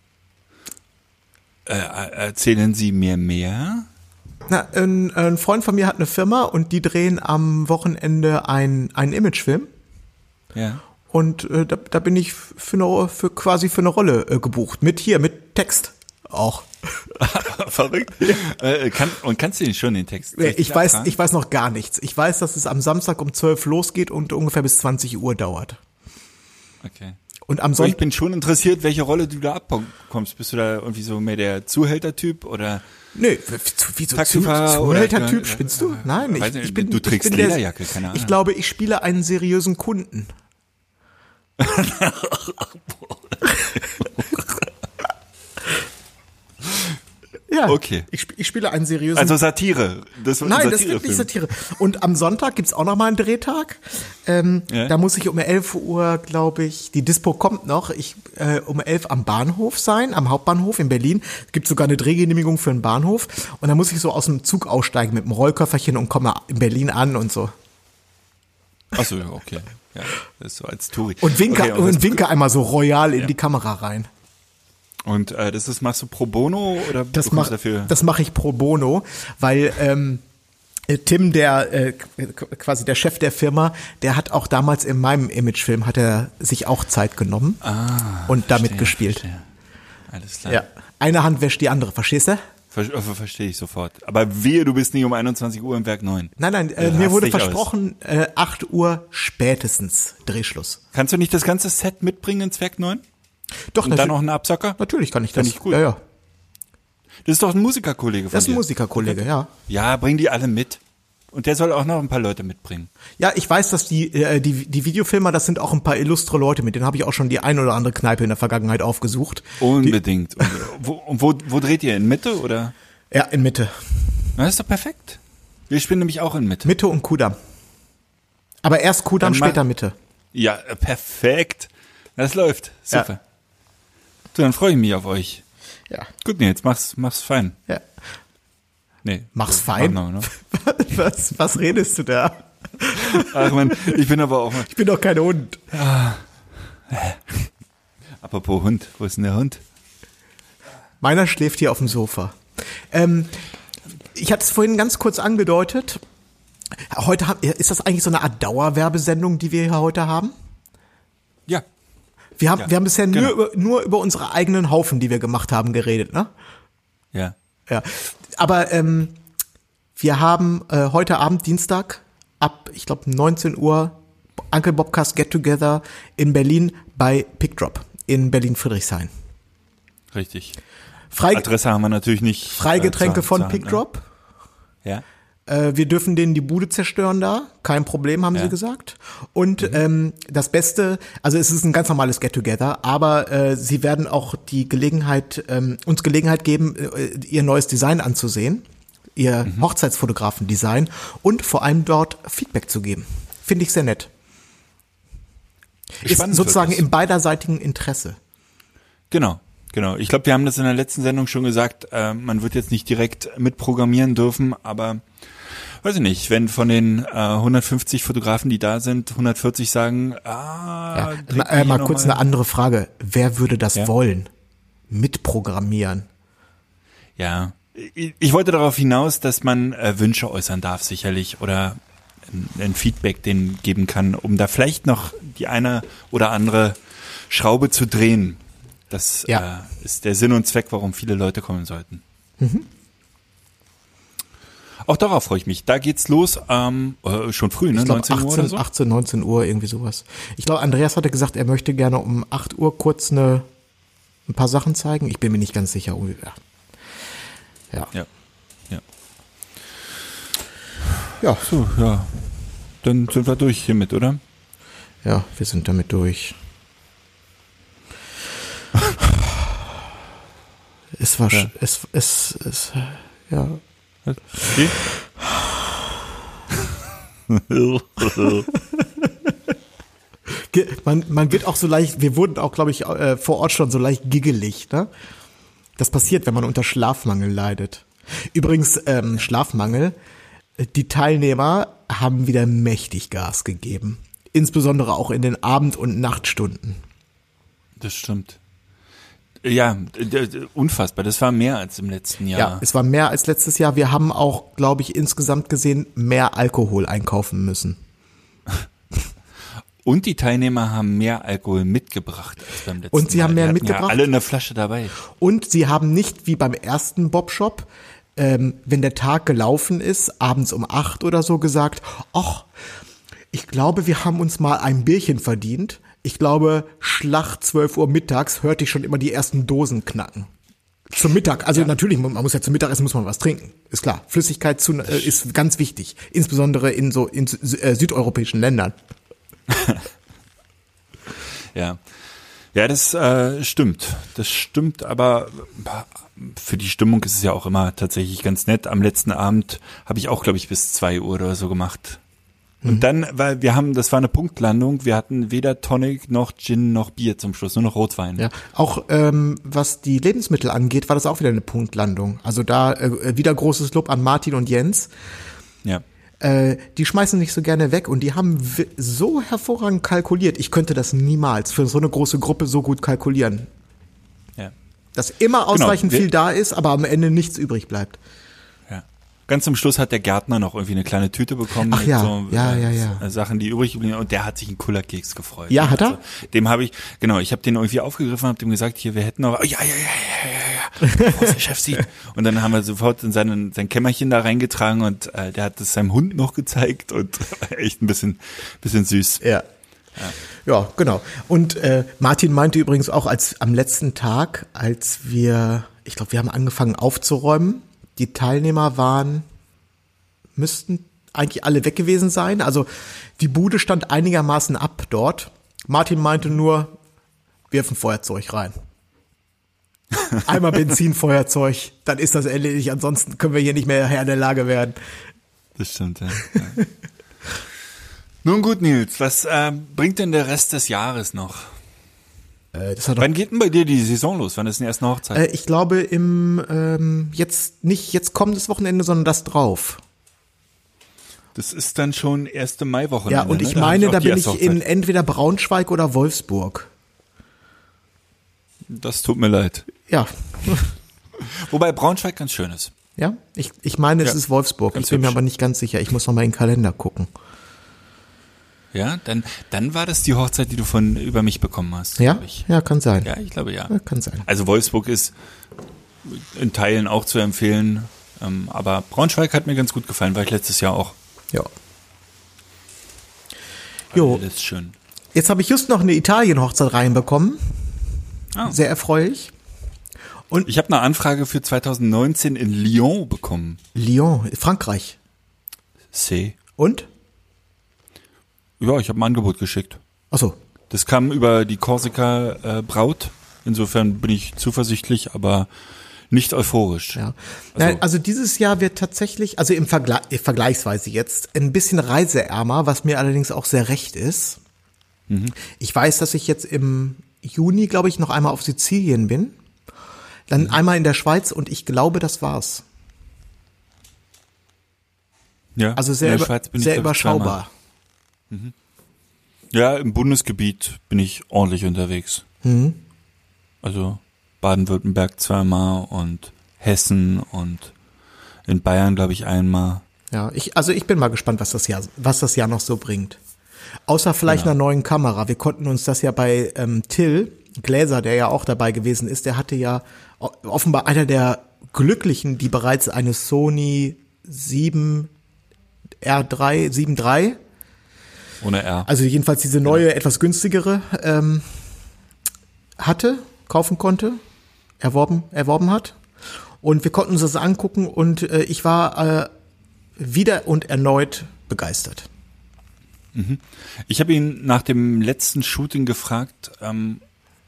Äh, erzählen Sie mir mehr? Na, ein, ein Freund von mir hat eine Firma und die drehen am Wochenende ein, einen Imagefilm. Ja. Und äh, da, da bin ich für, eine, für quasi für eine Rolle äh, gebucht. Mit hier, mit Text auch. Verrückt. Ja. Äh, kann, und kannst du den schon, den Text? Ich, ich weiß, ich weiß noch gar nichts. Ich weiß, dass es am Samstag um zwölf losgeht und ungefähr bis zwanzig Uhr dauert. Okay. Und am so, Sonntag. Ich bin schon interessiert, welche Rolle du da abkommst. Bist du da irgendwie so mehr der Zuhälter-Typ oder? Nee, wie so Zuhälter-Typ, spinnst du? Nein, ich, ich bin, du trägst ich bin Lederjacke, der, keine Ahnung. Ich glaube, ich spiele einen seriösen Kunden. Ja, okay. Ich, ich spiele einen seriösen. Also Satire. Das Nein, Satire das wird nicht Satire. Und am Sonntag gibt's auch noch mal einen Drehtag. Ähm, ja. Da muss ich um elf Uhr, glaube ich, die Dispo kommt noch, ich äh, um elf am Bahnhof sein, am Hauptbahnhof in Berlin. Es gibt sogar eine Drehgenehmigung für einen Bahnhof. Und da muss ich so aus dem Zug aussteigen mit einem Rollköfferchen und komme in Berlin an und so. Ach so, okay. Ja, das ist so als Touri. Und winke, okay, und und winke einmal so royal in ja. die Kamera rein. Und äh, das ist, machst du pro bono oder das mach, dafür? Das mache ich pro bono, weil ähm, Tim, der äh, quasi der Chef der Firma, der hat auch damals in meinem Imagefilm hat er sich auch Zeit genommen ah, und damit verstehe, gespielt. Verstehe. Alles klar. Ja, eine Hand wäscht die andere, verstehst du? Ver verstehe ich sofort. Aber wehe, du bist nicht um einundzwanzig Uhr im Werk neun. Nein, nein, äh, mir wurde versprochen, äh, acht Uhr spätestens Drehschluss. Kannst du nicht das ganze Set mitbringen ins Werk neun? Doch, und dann noch einen Abzocker? Natürlich kann ich das. Ich gut. Ja, ja. Das ist doch ein Musikerkollege von dir. Das ist ein Musikerkollege, ja. Ja, bring die alle mit. Und der soll auch noch ein paar Leute mitbringen. Ja, ich weiß, dass die äh, die die Videofilmer, das sind auch ein paar illustre Leute, mit denen habe ich auch schon die ein oder andere Kneipe in der Vergangenheit aufgesucht. Unbedingt. Die, und wo, wo, wo dreht ihr? In Mitte oder? Ja, in Mitte. Na, das ist doch perfekt. Wir spielen nämlich auch in Mitte. Mitte und Kudamm. Aber erst Kudamm, später Mitte. Ja, perfekt. Das läuft. Super. Ja. Du, dann freue ich mich auf euch. Ja. Gut, nee, jetzt mach's, mach's fein. Ja. Nee. Mach's fein? Mach noch, ne? was, was redest du da? Ach man, ich bin aber auch... Ich bin doch kein Hund. Ja. Apropos Hund, wo ist denn der Hund? Meiner schläft hier auf dem Sofa. Ähm, ich hatte es vorhin ganz kurz angedeutet. Heute haben, ist das eigentlich so eine Art Dauerwerbesendung, die wir hier heute haben? Ja. Wir haben, ja, wir haben bisher genau. nur, über, nur über unsere eigenen Haufen, die wir gemacht haben, geredet, ne? Ja. Ja. Aber ähm, wir haben äh, heute Abend, Dienstag, ab, ich glaube, neunzehn Uhr, Uncle Bobcast Get Together in Berlin bei Pickdrop in Berlin-Friedrichshain. Richtig. Freig Adresse haben wir natürlich nicht. Freigetränke äh, von Hand, Pickdrop. Ne? Ja. Äh, wir dürfen denen die Bude zerstören da, kein Problem, haben Ja. sie gesagt. Und mhm. ähm, das Beste, also es ist ein ganz normales Get-Together, aber äh, sie werden auch die Gelegenheit, ähm, uns Gelegenheit geben, äh, ihr neues Design anzusehen, ihr mhm. Hochzeitsfotografen-Design und vor allem dort Feedback zu geben. Finde ich sehr nett. Ist sozusagen im beiderseitigen Interesse. Genau, genau. Ich glaube, wir haben das in der letzten Sendung schon gesagt, äh, man wird jetzt nicht direkt mitprogrammieren dürfen, aber weiß ich nicht, wenn von den äh, hundertfünfzig Fotografen, die da sind, hundertvierzig sagen, ah, ja. äh, mal kurz mal. Eine andere Frage. Wer würde das ja? wollen? Mitprogrammieren? Ja, ich, ich wollte darauf hinaus, dass man äh, Wünsche äußern darf, sicherlich, oder ein, ein Feedback denen geben kann, um da vielleicht noch die eine oder andere Schraube zu drehen. Das ja. äh, ist der Sinn und Zweck, warum viele Leute kommen sollten. Mhm. Auch darauf freue ich mich. Da geht's los, ähm, äh, schon früh, ne? Ich glaub, neunzehn Uhr oder so? achtzehn, neunzehn Uhr, irgendwie sowas. Ich glaube, Andreas hatte gesagt, er möchte gerne um acht Uhr kurz eine, ein paar Sachen zeigen. Ich bin mir nicht ganz sicher. Ja. Ja. Ja. Ja. So, ja. Dann sind wir durch hiermit, oder? Ja, wir sind damit durch. Es war, ja. es, es, es, ja. Okay. man, man wird auch so leicht, wir wurden auch, glaube ich, äh, vor Ort schon so leicht giggelig, ne? Das passiert, wenn man unter Schlafmangel leidet. Übrigens, ähm, Schlafmangel, die Teilnehmer haben wieder mächtig Gas gegeben. Insbesondere auch in den Abend- und Nachtstunden. Das stimmt. Ja, unfassbar. Das war mehr als im letzten Jahr. Ja, es war mehr als letztes Jahr. Wir haben auch, glaube ich, insgesamt gesehen mehr Alkohol einkaufen müssen. Und die Teilnehmer haben mehr Alkohol mitgebracht als beim letzten Mal. Und sie haben mehr die mitgebracht. Ja alle eine Flasche dabei. Und sie haben nicht wie beim ersten Bobshop, ähm, wenn der Tag gelaufen ist, abends um acht oder so gesagt, ach, ich glaube, wir haben uns mal ein Bierchen verdient. Ich glaube, Schlag zwölf Uhr mittags hörte ich schon immer die ersten Dosen knacken. Zum Mittag, also ja. Natürlich, man muss ja zum Mittagessen muss man was trinken. Ist klar. Flüssigkeit zu, äh, ist ganz wichtig. Insbesondere in so in äh, südeuropäischen Ländern. Ja. Ja, das äh, stimmt. Das stimmt, aber für die Stimmung ist es ja auch immer tatsächlich ganz nett. Am letzten Abend habe ich auch, glaube ich, bis zwei Uhr oder so gemacht. Und mhm. dann, weil wir haben, das war eine Punktlandung, wir hatten weder Tonic noch Gin noch Bier zum Schluss, nur noch Rotwein. Ja, auch ähm, was die Lebensmittel angeht, war das auch wieder eine Punktlandung. Also da äh, wieder großes Lob an Martin und Jens. Ja. Äh, die schmeißen nicht so gerne weg und die haben so hervorragend kalkuliert. Ich könnte das niemals für so eine große Gruppe so gut kalkulieren. Ja. Dass immer ausreichend genau. viel da ist, aber am Ende nichts übrig bleibt. Ja. Ganz zum Schluss hat der Gärtner noch irgendwie eine kleine Tüte bekommen Ach mit ja, so ja, äh, ja, ja. Sachen, die übrig geblieben sind, und der hat sich einen Kullerkeks gefreut. Ja, hat er? Also, dem habe ich, genau, ich habe den irgendwie aufgegriffen, habe dem gesagt, hier, wir hätten noch, oh, ja, ja, ja, ja, ja, ja, bevor es der Chef sieht. Und dann haben wir sofort in seinen, sein Kämmerchen da reingetragen und äh, der hat es seinem Hund noch gezeigt und war echt ein bisschen, bisschen süß. Ja. Ja. Ja, genau. Und äh, Martin meinte übrigens auch, als am letzten Tag, als wir, ich glaube, wir haben angefangen aufzuräumen, die Teilnehmer waren, müssten eigentlich alle weg gewesen sein. Also die Bude stand einigermaßen ab dort. Martin meinte nur, wirf ein Feuerzeug rein. Einmal Benzin, Feuerzeug, dann ist das erledigt. Ansonsten können wir hier nicht mehr Herr der Lage werden. Das stimmt, ja. ja. Nun gut, Nils, was äh, bringt denn der Rest des Jahres noch? Äh, das hat Wann geht denn bei dir die Saison los? Wann ist denn die erste Hochzeit? Äh, ich glaube im ähm, jetzt nicht jetzt kommendes Wochenende, sondern das drauf. Das ist dann schon erste Maiwoche. Ja, und ich ne? meine, da, ich da bin ich in entweder Braunschweig oder Wolfsburg. Das tut mir leid. Ja. Wobei Braunschweig ganz schön ist. Ja, ich, ich meine, es ja, ist Wolfsburg. Ich bin hübsch. Mir aber nicht ganz sicher. Ich muss noch mal in den Kalender gucken. Ja, dann, dann war das die Hochzeit, die du von über mich bekommen hast. Ja, ja, kann sein. Ja, ich glaube ja. ja. Kann sein. Also Wolfsburg ist in Teilen auch zu empfehlen, ähm, aber Braunschweig hat mir ganz gut gefallen, war ich letztes Jahr auch. Ja. Jo. Das ist schön. Jetzt habe ich just noch eine Italien-Hochzeit reinbekommen. Ah. Sehr erfreulich. Und ich habe eine Anfrage für zwanzig neunzehn in Lyon bekommen. Lyon, Frankreich. C. Und? Ja, ich habe ein Angebot geschickt. Ach so. Das kam über die Korsika äh, Braut. Insofern bin ich zuversichtlich, aber nicht euphorisch. Ja. Also, Nein, also dieses Jahr wird tatsächlich, also im Vergleich, vergleichsweise jetzt, ein bisschen reiseärmer, was mir allerdings auch sehr recht ist. Mhm. Ich weiß, dass ich jetzt im Juni, glaube ich, noch einmal auf Sizilien bin. Dann mhm. einmal in der Schweiz und ich glaube, das war's. Ja, also sehr, in der über, Schweiz bin sehr ich, überschaubar. Mhm. Ja, im Bundesgebiet bin ich ordentlich unterwegs. Mhm. Also Baden-Württemberg zweimal und Hessen und in Bayern, glaube ich, einmal. Ja, ich, also ich bin mal gespannt, was das Jahr, was das Jahr noch so bringt. Außer vielleicht Genau. einer neuen Kamera. Wir konnten uns das ja bei ähm, Till Gläser, der ja auch dabei gewesen ist, der hatte ja offenbar einer der Glücklichen, die bereits eine Sony sieben R drei, sieben drei, ohne R. also jedenfalls diese neue, ja. etwas günstigere, ähm, hatte, kaufen konnte, erworben, erworben hat. Und wir konnten uns das angucken und äh, ich war äh, wieder und erneut begeistert. Mhm. Ich habe ihn nach dem letzten Shooting gefragt, ähm,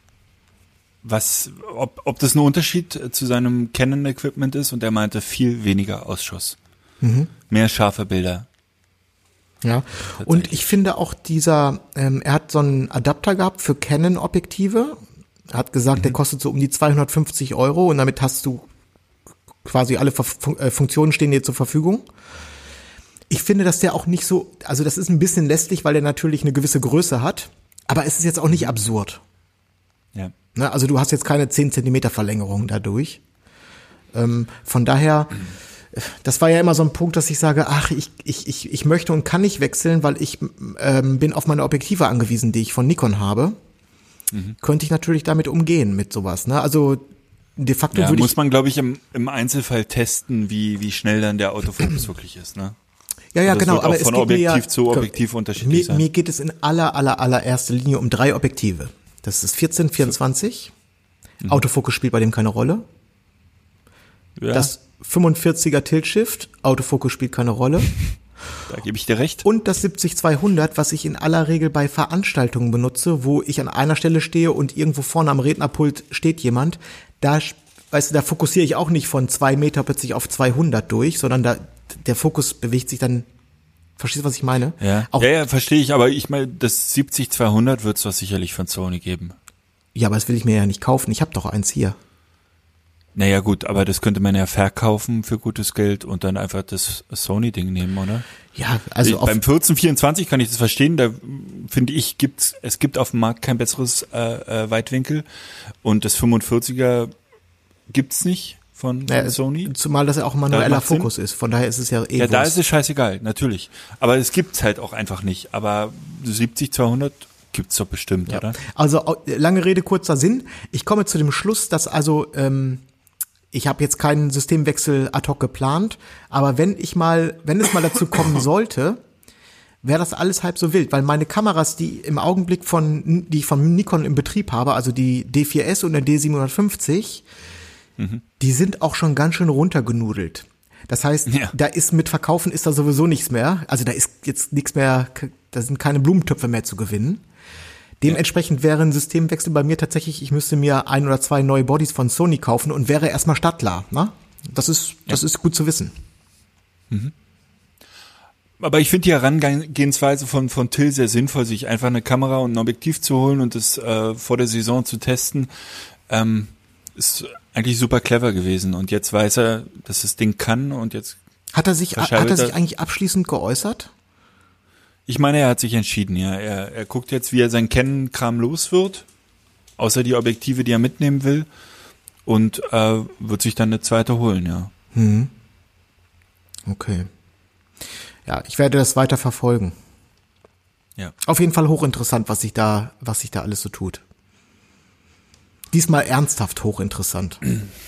was, ob, ob das ein Unterschied zu seinem Canon-Equipment ist, und er meinte viel weniger Ausschuss. Mhm. Mehr scharfe Bilder. Ja, und ich finde auch dieser, ähm, er hat so einen Adapter gehabt für Canon-Objektive. Er hat gesagt, mhm. der kostet so um die zweihundertfünfzig Euro und damit hast du quasi alle Fun- äh, Funktionen stehen dir zur Verfügung. Ich finde, dass der auch nicht so, also das ist ein bisschen lästig, weil der natürlich eine gewisse Größe hat, aber es ist jetzt auch nicht absurd. Ja. Ne, also du hast jetzt keine zehn Zentimeter Verlängerung dadurch. Ähm, von daher, das war ja immer so ein Punkt, dass ich sage, ach, ich, ich, ich, ich möchte und kann nicht wechseln, weil ich ähm, bin auf meine Objektive angewiesen, die ich von Nikon habe. Mhm. Könnte ich natürlich damit umgehen, mit sowas. Ne? Also de facto ja, würde ich... muss man, glaube ich, im, im Einzelfall testen, wie, wie schnell dann der Autofokus wirklich ist, ne? Ja, ja, das genau, wird aber auch es von geht mir Objektiv ja, zu Objektiv unterschiedlich mir, sein. mir geht es in aller, aller, allererster Linie um drei Objektive. Das ist vierzehn, vierundzwanzig. Mhm. Autofokus spielt bei dem keine Rolle. Ja. Das fünfundvierziger Tilt-Shift, Autofokus spielt keine Rolle. Da gebe ich dir recht. Und das siebzig zweihundert, was ich in aller Regel bei Veranstaltungen benutze, wo ich an einer Stelle stehe und irgendwo vorne am Rednerpult steht jemand, da, weißt du, da fokussiere ich auch nicht von zwei Meter plötzlich auf zweihundert durch, sondern da, der Fokus bewegt sich dann, verstehst du, was ich meine? Ja, auch, ja, ja, verstehe ich, aber ich meine, das siebzig zweihundert wird es doch sicherlich von Sony geben. Ja, aber das will ich mir ja nicht kaufen, ich habe doch eins hier. Naja gut, aber das könnte man ja verkaufen für gutes Geld und dann einfach das Sony-Ding nehmen, oder? Ja, also ich, beim vierzehn vierundzwanzig kann ich das verstehen, da finde ich, gibt's, es gibt auf dem Markt kein besseres äh, äh, Weitwinkel und das fünfundvierziger gibt's nicht von, ja, von Sony. Zumal das ja auch ein manueller Fokus ist, von daher ist es ja eh Ja, da Wurst. ist es scheißegal, natürlich. Aber es gibt's halt auch einfach nicht. Aber siebzig zweihundert gibt's doch bestimmt, ja. oder? Also lange Rede, kurzer Sinn. Ich komme zu dem Schluss, dass also ähm, ich habe jetzt keinen Systemwechsel ad hoc geplant, aber wenn ich mal, wenn es mal dazu kommen sollte, wäre das alles halb so wild, weil meine Kameras, die im Augenblick von, die ich von Nikon im Betrieb habe, also die D vier S und der D siebenhundertfünfzig, mhm. die sind auch schon ganz schön runtergenudelt. Das heißt, ja. da ist mit Verkaufen ist da sowieso nichts mehr. Also da ist jetzt nichts mehr, da sind keine Blumentöpfe mehr zu gewinnen. Dementsprechend wäre ein Systemwechsel bei mir tatsächlich, ich müsste mir ein oder zwei neue Bodies von Sony kaufen und wäre erstmal startklar. Ne? Das ist, das ja. ist gut zu wissen. Mhm. Aber ich finde die Herangehensweise von, von Till sehr sinnvoll, sich einfach eine Kamera und ein Objektiv zu holen und das äh, vor der Saison zu testen. Ähm, ist eigentlich super clever gewesen. Und jetzt weiß er, dass das Ding kann und jetzt hat er sich, hat er sich eigentlich abschließend geäußert? Ich meine, er hat sich entschieden, ja. Er, er guckt jetzt, wie er sein Canon-Kram los wird, außer die Objektive, die er mitnehmen will, und äh, wird sich dann eine zweite holen, ja. Hm. Okay. Ja, ich werde das weiter verfolgen. Ja. Auf jeden Fall hochinteressant, was sich da, was sich da alles so tut. Diesmal ernsthaft hochinteressant.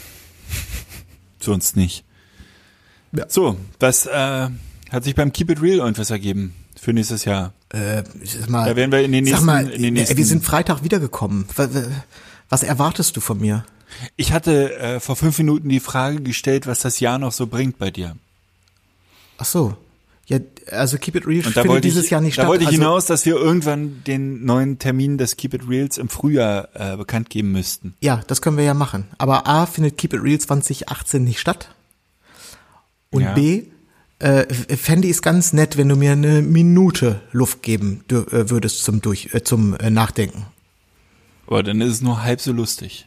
Sonst nicht. Ja. So, was äh, hat sich beim Keep It Real irgendwas ergeben? Für nächstes Jahr. Äh, sag mal, da werden wir in den nächsten, sag mal, in den nächsten. Wir sind Freitag wiedergekommen. Was, was erwartest du von mir? Ich hatte äh, vor fünf Minuten die Frage gestellt, was das Jahr noch so bringt bei dir. Ach so. Ja, also Keep It Real Und da findet wollte dieses ich, Jahr nicht da statt. wollte ich also, hinaus, dass wir irgendwann den neuen Termin des Keep It Reals im Frühjahr äh, bekannt geben müssten. Ja, das können wir ja machen. Aber A, findet Keep It Real zwanzig achtzehn nicht statt. Und Ja. B, äh, fände ich es ganz nett, wenn du mir eine Minute Luft geben dür- äh, würdest zum, Durch, äh, zum äh, Nachdenken. Aber dann ist es nur halb so lustig.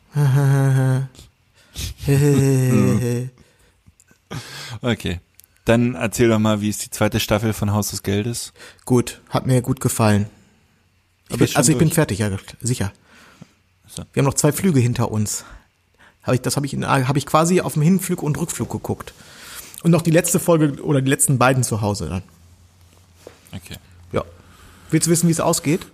Okay. Dann erzähl doch mal, wie ist die zweite Staffel von Haus des Geldes? Gut, hat mir gut gefallen. Ich Aber bin, ist schon also ich bin durch. fertig, ja, sicher. So. Wir haben noch zwei Flüge hinter uns. Hab ich, das habe ich, in- hab ich quasi auf dem Hinflug und Rückflug geguckt. Und noch die letzte Folge oder die letzten beiden zu Hause dann. Okay. Ja. Willst du wissen, wie es ausgeht?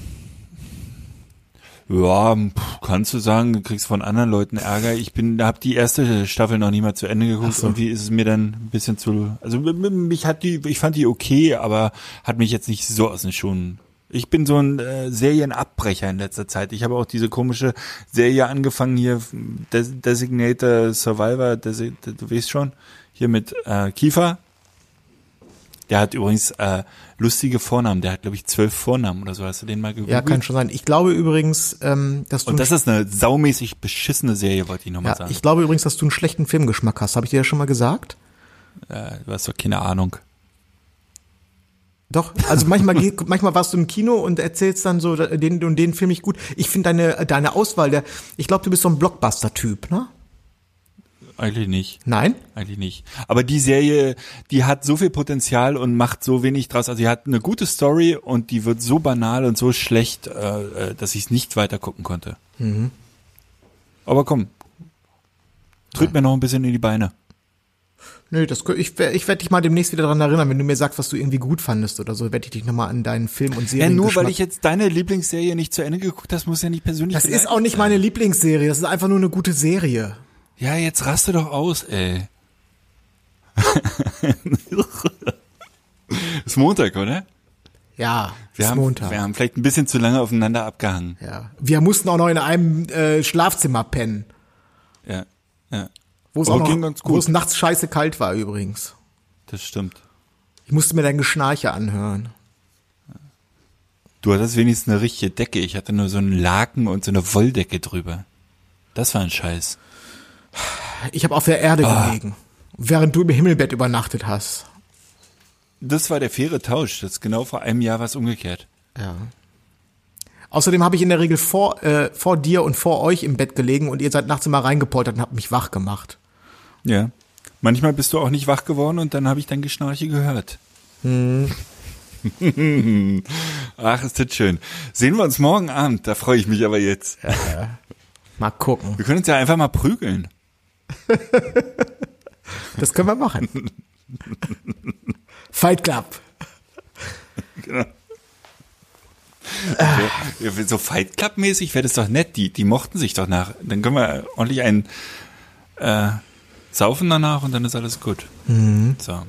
Ja, pff, kannst du sagen, du kriegst von anderen Leuten Ärger. Ich bin, habe die erste Staffel noch nie mal zu Ende geguckt. Ach so. Irgendwie ist es mir dann ein bisschen zu, also mich hat die, ich fand die okay, aber hat mich jetzt nicht so aus den Schuhen. Ich bin so ein äh, Serienabbrecher in letzter Zeit. Ich habe auch diese komische Serie angefangen hier, Des Designated Survivor, Desi du weißt schon, hier mit äh, Kiefer. Der hat übrigens äh, lustige Vornamen. Der hat, glaube ich, zwölf Vornamen oder so. Hast du den mal gegoogelt? Ja, kann schon sein. Ich glaube übrigens, ähm, dass du Und das ist eine saumäßig beschissene Serie, wollte ich nochmal ja, sagen. ich glaube übrigens, dass du einen schlechten Filmgeschmack hast. Habe ich dir das schon mal gesagt? Äh, du hast doch keine Ahnung. Doch, also manchmal geh- manchmal warst du im Kino und erzählst dann so, den und den Film ich gut. Ich finde deine deine Auswahl, der, ich glaube, du bist so ein Blockbuster-Typ, ne? Eigentlich nicht. Nein? Eigentlich nicht. Aber die Serie, die hat so viel Potenzial und macht so wenig draus. Also die hat eine gute Story und die wird so banal und so schlecht, äh, dass ich es nicht weiter gucken konnte. Mhm. Aber komm, tritt Ja. mir noch ein bisschen in die Beine. Nö, das, ich, ich werde dich mal demnächst wieder daran erinnern, wenn du mir sagst, was du irgendwie gut fandest oder so, werde ich dich nochmal an deinen Film- und Ja, Serien nur weil ich jetzt deine Lieblingsserie nicht zu Ende geguckt habe, muss ja nicht persönlich Das ist beleidigt auch nicht sein. meine Lieblingsserie, das ist einfach nur eine gute Serie. Ja, jetzt raste doch aus, ey. Ist Montag, oder? Ja, Wir ist haben, Montag. wir haben vielleicht ein bisschen zu lange aufeinander abgehangen. Ja. Wir mussten auch noch in einem äh, Schlafzimmer pennen, Ja, ja, wo es Aber auch ging noch, ganz wo gut. es nachts scheiße kalt war übrigens. das stimmt. Ich musste mir dein Geschnarche anhören. Du hattest wenigstens eine richtige Decke. Ich hatte nur so einen Laken und so eine Wolldecke drüber. Das war ein Scheiß. Ich habe auf der Erde Ah. gelegen, während du im Himmelbett übernachtet hast. Das war der faire Tausch. Das ist genau vor einem Jahr was umgekehrt. Ja. Außerdem habe ich in der Regel vor, äh, vor dir und vor euch im Bett gelegen und ihr seid nachts immer reingepoltert und habt mich wach gemacht. Ja. Manchmal bist du auch nicht wach geworden und dann habe ich dein Geschnarche gehört. Hm. Ach, ist das schön. Sehen wir uns morgen Abend. Da freue ich mich aber jetzt. Mal gucken. Wir können uns ja einfach mal prügeln. Das können wir machen. Fight Club. Genau. Ja, so Fight Club-mäßig wäre das doch nett. Die, die mochten sich doch nach. Dann können wir ordentlich einen äh, saufen danach und dann ist alles gut. Mhm. So.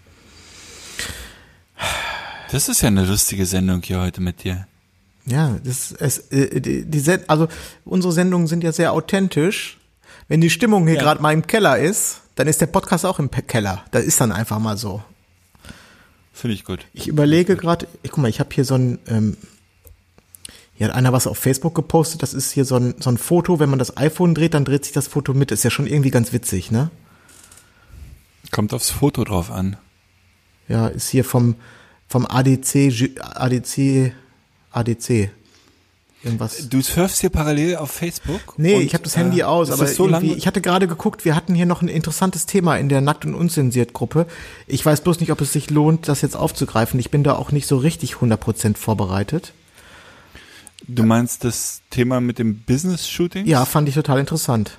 Das ist ja eine lustige Sendung hier heute mit dir. Ja, das es äh, die, die Send also unsere Sendungen sind ja sehr authentisch. Wenn die Stimmung hier Ja. gerade mal im Keller ist, dann ist der Podcast auch im Pe- Keller. Das ist dann einfach mal so. Finde ich gut. Ich überlege gerade, ich guck mal, ich habe hier so ein ähm, hier hat einer was auf Facebook gepostet, das ist hier so ein so ein Foto, wenn man das iPhone dreht, dann dreht sich das Foto mit. Ist ja schon irgendwie ganz witzig, ne? Kommt aufs Foto drauf an. Ja, ist hier vom vom A D C Ju- A D C A D C irgendwas. Du surfst hier parallel auf Facebook? Nee, und, ich habe das Handy äh, aus, ist aber das so irgendwie, lange? ich hatte gerade geguckt, wir hatten hier noch ein interessantes Thema in der Nackt- und Unzensiert-Gruppe. Ich weiß bloß nicht, ob es sich lohnt, das jetzt aufzugreifen. Ich bin da auch nicht so richtig hundert Prozent vorbereitet. Du meinst das Thema mit dem Business-Shooting? Ja, fand ich total interessant.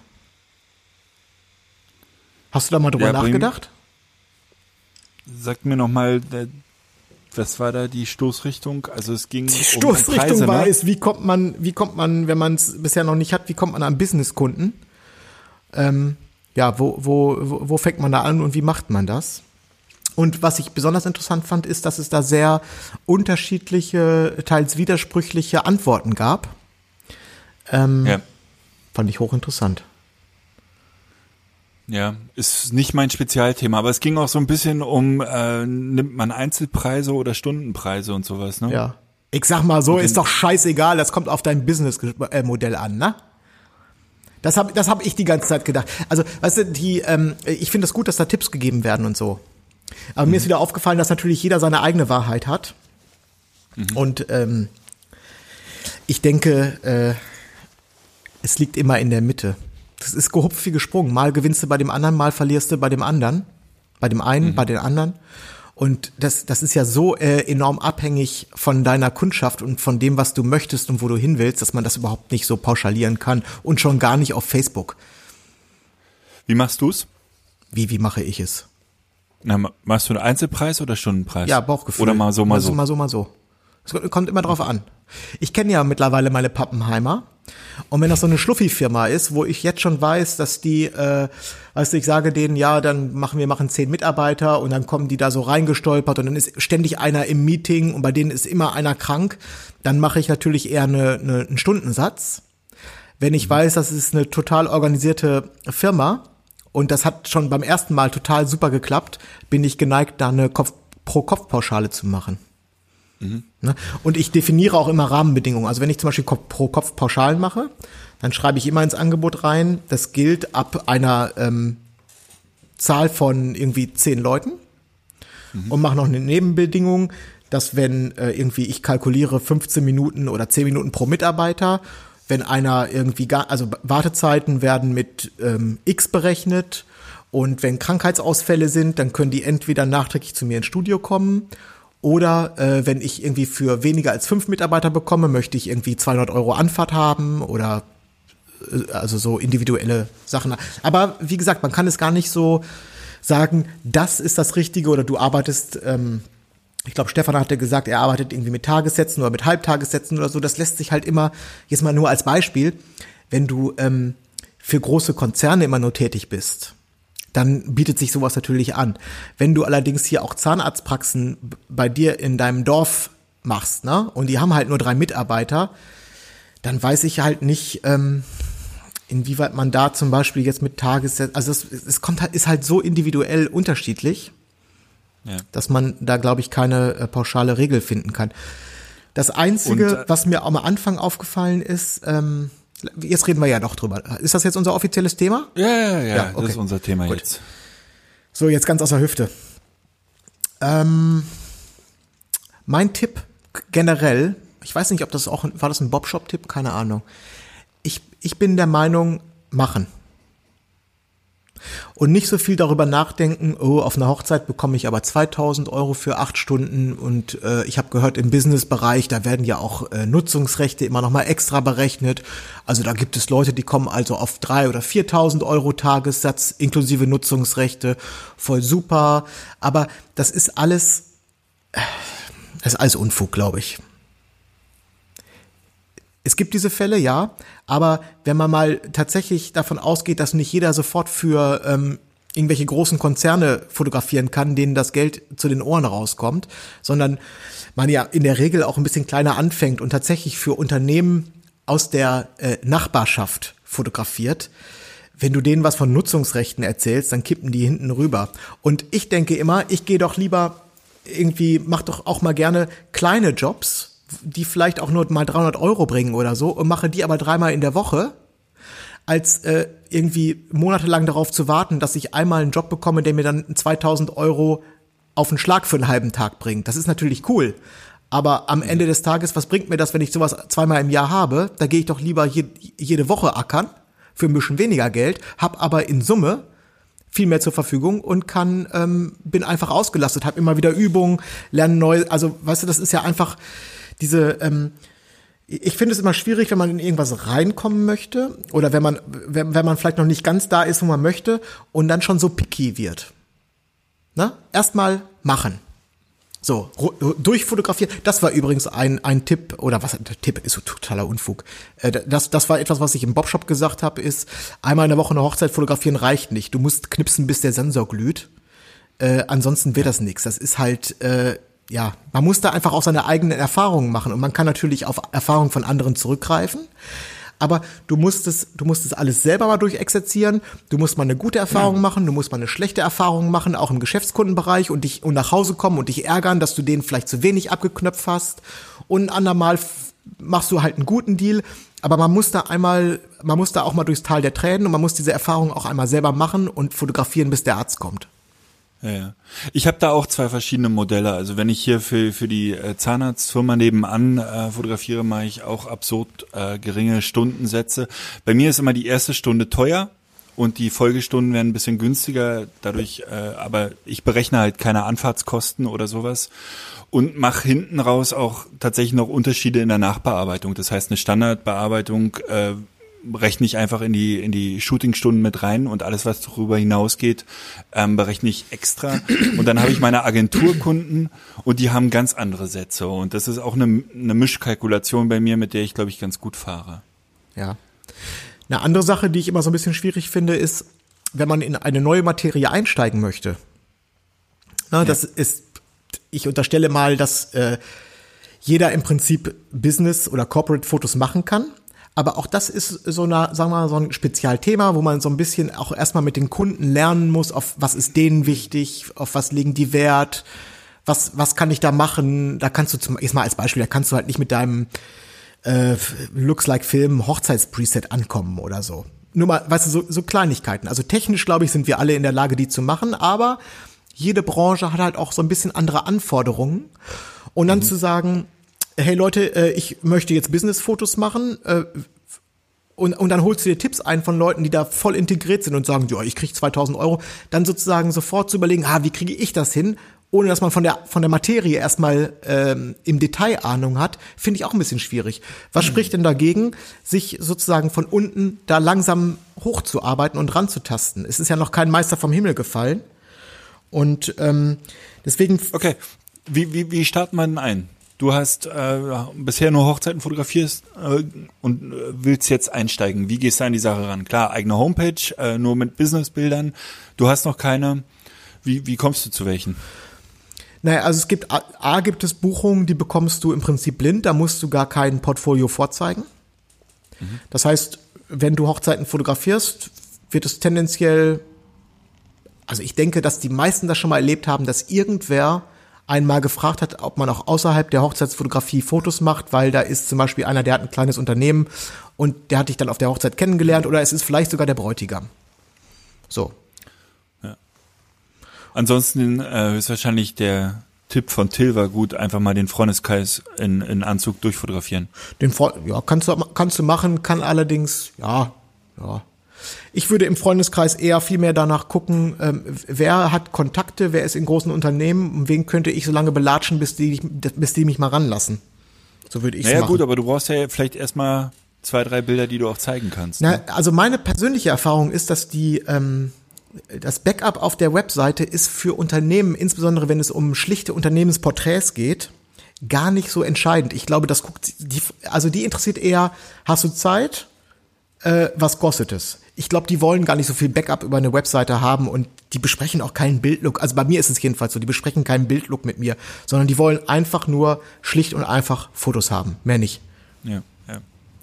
Hast du da mal drüber Ja, bring- nachgedacht? Sag mir nochmal, was war da die Stoßrichtung? Also es ging Die um Stoßrichtung Preise, war ne? es, wie kommt man, wie kommt man, wenn man es bisher noch nicht hat, wie kommt man an Businesskunden? Ähm, ja, wo, wo, wo, wo fängt man da an und wie macht man das? Und was ich besonders interessant fand, ist, dass es da sehr unterschiedliche, teils widersprüchliche Antworten gab. Ähm, Ja. Fand ich hochinteressant. Ja, ist nicht mein Spezialthema, aber es ging auch so ein bisschen um, äh, nimmt man Einzelpreise oder Stundenpreise und sowas, ne? Ja. Ich sag mal so, ist doch scheißegal, das kommt auf dein Business-Modell an, ne? Das hab, das hab ich die ganze Zeit gedacht. Also, weißt du, die, ähm, ich finde es gut, dass da Tipps gegeben werden und so. Aber mhm. mir ist wieder aufgefallen, dass natürlich jeder seine eigene Wahrheit hat. Mhm. Und ähm, ich denke, äh, es liegt immer in der Mitte. Das ist gehupft wie gesprungen. Mal gewinnst du bei dem anderen, mal verlierst du bei dem anderen. Bei dem einen, mhm. bei den anderen. Und das, das ist ja so äh, enorm abhängig von deiner Kundschaft und von dem, was du möchtest und wo du hin willst, dass man das überhaupt nicht so pauschalieren kann. Und schon gar nicht auf Facebook. Wie machst du's? Wie, wie mache ich es? Na, machst du einen Einzelpreis oder Stundenpreis? Ja, Bauchgefühl. Oder mal so, mal so. Mal so, mal so. Es kommt immer drauf an. Ich kenne ja mittlerweile meine Pappenheimer. Und wenn das so eine Schluffi-Firma ist, wo ich jetzt schon weiß, dass die, äh, weißt du, ich sage denen, ja, dann machen wir machen zehn Mitarbeiter und dann kommen die da so reingestolpert und dann ist ständig einer im Meeting und bei denen ist immer einer krank, dann mache ich natürlich eher eine, eine, einen Stundensatz. Wenn ich weiß, das ist eine total organisierte Firma und das hat schon beim ersten Mal total super geklappt, bin ich geneigt, da eine Kopf, Pro-Kopf-Pauschale zu machen. Mhm. Und ich definiere auch immer Rahmenbedingungen. Also wenn ich zum Beispiel pro Kopf Pauschalen mache, dann schreibe ich immer ins Angebot rein, das gilt ab einer ähm, Zahl von irgendwie zehn Leuten mhm. und mache noch eine Nebenbedingung, dass wenn äh, irgendwie ich kalkuliere fünfzehn Minuten oder zehn Minuten pro Mitarbeiter, wenn einer irgendwie gar, also Wartezeiten werden mit ähm, X berechnet und wenn Krankheitsausfälle sind, dann können die entweder nachträglich zu mir ins Studio kommen. Oder äh, wenn ich irgendwie für weniger als fünf Mitarbeiter bekomme, möchte ich irgendwie zweihundert Euro Anfahrt haben oder äh, also so individuelle Sachen. Aber wie gesagt, man kann es gar nicht so sagen, das ist das Richtige oder du arbeitest, ähm, ich glaube, Stefan hatte gesagt, er arbeitet irgendwie mit Tagessätzen oder mit Halbtagessätzen oder so. Das lässt sich halt immer, jetzt mal nur als Beispiel, wenn du ähm, für große Konzerne immer nur tätig bist, dann bietet sich sowas natürlich an. Wenn du allerdings hier auch Zahnarztpraxen bei dir in deinem Dorf machst, ne, und die haben halt nur drei Mitarbeiter, dann weiß ich halt nicht, ähm, inwieweit man da zum Beispiel jetzt mit Tagessätzen, also es, es kommt halt, ist halt so individuell unterschiedlich, ja. dass man da, glaube ich, keine äh, pauschale Regel finden kann. Das Einzige, und, äh, was mir am Anfang aufgefallen ist, ähm, jetzt reden wir ja doch drüber. Ist das jetzt unser offizielles Thema? Ja, ja, ja, ja okay. Das ist unser Thema Gut. jetzt. So, jetzt ganz aus der Hüfte. Ähm, mein Tipp generell, ich weiß nicht, ob das auch, war das ein Bobshop-Tipp? Keine Ahnung. Ich, ich bin der Meinung, machen. Und nicht so viel darüber nachdenken, oh, auf einer Hochzeit bekomme ich aber zweitausend Euro für acht Stunden und äh, ich habe gehört, im Businessbereich, da werden ja auch äh, Nutzungsrechte immer nochmal extra berechnet. Also da gibt es Leute, die kommen also auf dreitausend oder viertausend Euro Tagessatz inklusive Nutzungsrechte. Voll super. Aber das ist alles, das ist alles Unfug, glaube ich. Es gibt diese Fälle, ja, aber wenn man mal tatsächlich davon ausgeht, dass nicht jeder sofort für ähm, irgendwelche großen Konzerne fotografieren kann, denen das Geld zu den Ohren rauskommt, sondern man ja in der Regel auch ein bisschen kleiner anfängt und tatsächlich für Unternehmen aus der äh, Nachbarschaft fotografiert, wenn du denen was von Nutzungsrechten erzählst, dann kippen die hinten rüber. Und ich denke immer, ich gehe doch lieber irgendwie, mach doch auch mal gerne kleine Jobs, die vielleicht auch nur mal dreihundert Euro bringen oder so und mache die aber dreimal in der Woche, als äh, irgendwie monatelang darauf zu warten, dass ich einmal einen Job bekomme, der mir dann zweitausend Euro auf den Schlag für einen halben Tag bringt. Das ist natürlich cool, aber am Ende des Tages, was bringt mir das, wenn ich sowas zweimal im Jahr habe? Da gehe ich doch lieber je, jede Woche ackern für ein bisschen weniger Geld, hab aber in Summe viel mehr zur Verfügung und kann ähm, bin einfach ausgelastet, habe immer wieder Übungen, lerne neu, also weißt du, das ist ja einfach diese, ähm, ich finde es immer schwierig, wenn man in irgendwas reinkommen möchte oder wenn man, wenn, wenn man vielleicht noch nicht ganz da ist, wo man möchte und dann schon so picky wird. Ne? Erstmal machen. So, durchfotografieren. Das war übrigens ein ein Tipp, oder was, der Tipp ist so totaler Unfug. Das, das war etwas, was ich im Bobshop gesagt habe, ist, einmal in der Woche eine Hochzeit fotografieren reicht nicht. Du musst knipsen, bis der Sensor glüht. Äh, ansonsten wird das nichts. Das ist halt, äh, ja, man muss da einfach auch seine eigenen Erfahrungen machen und man kann natürlich auf Erfahrungen von anderen zurückgreifen, Aber du musst es, du musst es alles selber mal durchexerzieren. Du musst mal eine gute Erfahrung machen, du musst mal eine schlechte Erfahrung machen, auch im Geschäftskundenbereich und dich und nach Hause kommen und dich ärgern, dass du den vielleicht zu wenig abgeknöpft hast. Und ein andermal f- machst du halt einen guten Deal. Aber man muss da einmal, man muss da auch mal durchs Tal der Tränen und man muss diese Erfahrung auch einmal selber machen und fotografieren, bis der Arzt kommt. Ja, ja. Ich habe da auch zwei verschiedene Modelle. Also wenn ich hier für für die äh, Zahnarztfirma nebenan äh, fotografiere, mache ich auch absurd äh, geringe Stundensätze. Bei mir ist immer die erste Stunde teuer und die Folgestunden werden ein bisschen günstiger. Dadurch, äh, aber ich berechne halt keine Anfahrtskosten oder sowas und mache hinten raus auch tatsächlich noch Unterschiede in der Nachbearbeitung. Das heißt, eine Standardbearbeitung äh, rechne ich einfach in die in die Shootingstunden mit rein und alles, was darüber hinausgeht, ähm, berechne ich extra. Und dann habe ich meine Agenturkunden und die haben ganz andere Sätze. Und das ist auch eine, eine Mischkalkulation bei mir, mit der ich, glaube ich, ganz gut fahre. Ja. Eine andere Sache, die ich immer so ein bisschen schwierig finde, ist, wenn man in eine neue Materie einsteigen möchte. Na, das ja. ist, ich unterstelle mal, dass äh, jeder im Prinzip Business- oder Corporate-Fotos machen kann. Aber auch das ist so eine, sagen wir mal, so ein Spezialthema, wo man so ein bisschen auch erstmal mit den Kunden lernen muss, auf was ist denen wichtig, auf was legen die Wert, was, was kann ich da machen? Da kannst du zum, jetzt mal als Beispiel, da kannst du halt nicht mit deinem äh, Looks Like Film Hochzeitspreset ankommen oder so. Nur mal, weißt du, so, so Kleinigkeiten. Also technisch, glaube ich, sind wir alle in der Lage, die zu machen, aber jede Branche hat halt auch so ein bisschen andere Anforderungen. Und dann mhm. zu sagen, hey Leute, äh, ich möchte jetzt Business-Fotos machen äh, und, und dann holst du dir Tipps ein von Leuten, die da voll integriert sind und sagen, ja, ich krieg zweitausend Euro, dann sozusagen sofort zu überlegen, ah, wie kriege ich das hin, ohne dass man von der von der Materie erstmal ähm, im Detail Ahnung hat, finde ich auch ein bisschen schwierig. Was mhm. spricht denn dagegen, sich sozusagen von unten da langsam hochzuarbeiten und ranzutasten? Es ist ja noch kein Meister vom Himmel gefallen und ähm, deswegen... Okay, wie, wie, wie startet man denn ein? Du hast äh, bisher nur Hochzeiten fotografierst äh, und äh, willst jetzt einsteigen. Wie gehst du an die Sache ran? Klar, eigene Homepage, äh, nur mit Businessbildern. Du hast noch keine. Wie, wie kommst du zu welchen? Naja, also es gibt, A, A gibt es Buchungen, die bekommst du im Prinzip blind. Da musst du gar kein Portfolio vorzeigen. Mhm. Das heißt, wenn du Hochzeiten fotografierst, wird es tendenziell, also ich denke, dass die meisten das schon mal erlebt haben, dass irgendwer einmal gefragt hat, ob man auch außerhalb der Hochzeitsfotografie Fotos macht, weil da ist zum Beispiel einer, der hat ein kleines Unternehmen und der hat dich dann auf der Hochzeit kennengelernt oder es ist vielleicht sogar der Bräutigam. So. Ja. Ansonsten äh, höchstwahrscheinlich der Tipp von Till war gut, einfach mal den Freundeskreis in, in Anzug durchfotografieren. Den Fre- ja, kannst du, kannst du machen, kann allerdings, ja, ja. Ich würde im Freundeskreis eher viel mehr danach gucken, ähm, wer hat Kontakte, wer ist in großen Unternehmen und wen könnte ich so lange belatschen, bis die, bis die mich mal ranlassen. So würde ich es naja, machen. Naja gut, aber du brauchst ja vielleicht erstmal zwei, drei Bilder, die du auch zeigen kannst. Na, ne? Also meine persönliche Erfahrung ist, dass die ähm, das Backup auf der Webseite ist für Unternehmen, insbesondere wenn es um schlichte Unternehmensporträts geht, gar nicht so entscheidend. Ich glaube, das guckt die, also die interessiert eher, hast du Zeit? Äh, was kostet es? Ich glaube, die wollen gar nicht so viel Backup über eine Webseite haben und die besprechen auch keinen Bildlook. Also bei mir ist es jedenfalls so, die besprechen keinen Bildlook mit mir, sondern die wollen einfach nur schlicht und einfach Fotos haben, mehr nicht. Ja, ja.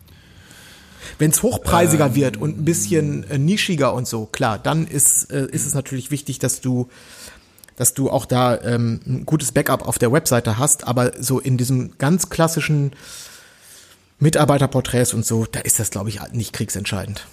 Wenn es hochpreisiger ähm, wird und ein bisschen äh, nischiger und so, klar, dann ist äh, ist es natürlich wichtig, dass du dass du auch da ähm, ein gutes Backup auf der Webseite hast, aber so in diesem ganz klassischen Mitarbeiterporträts und so, da ist das, glaube ich, nicht kriegsentscheidend.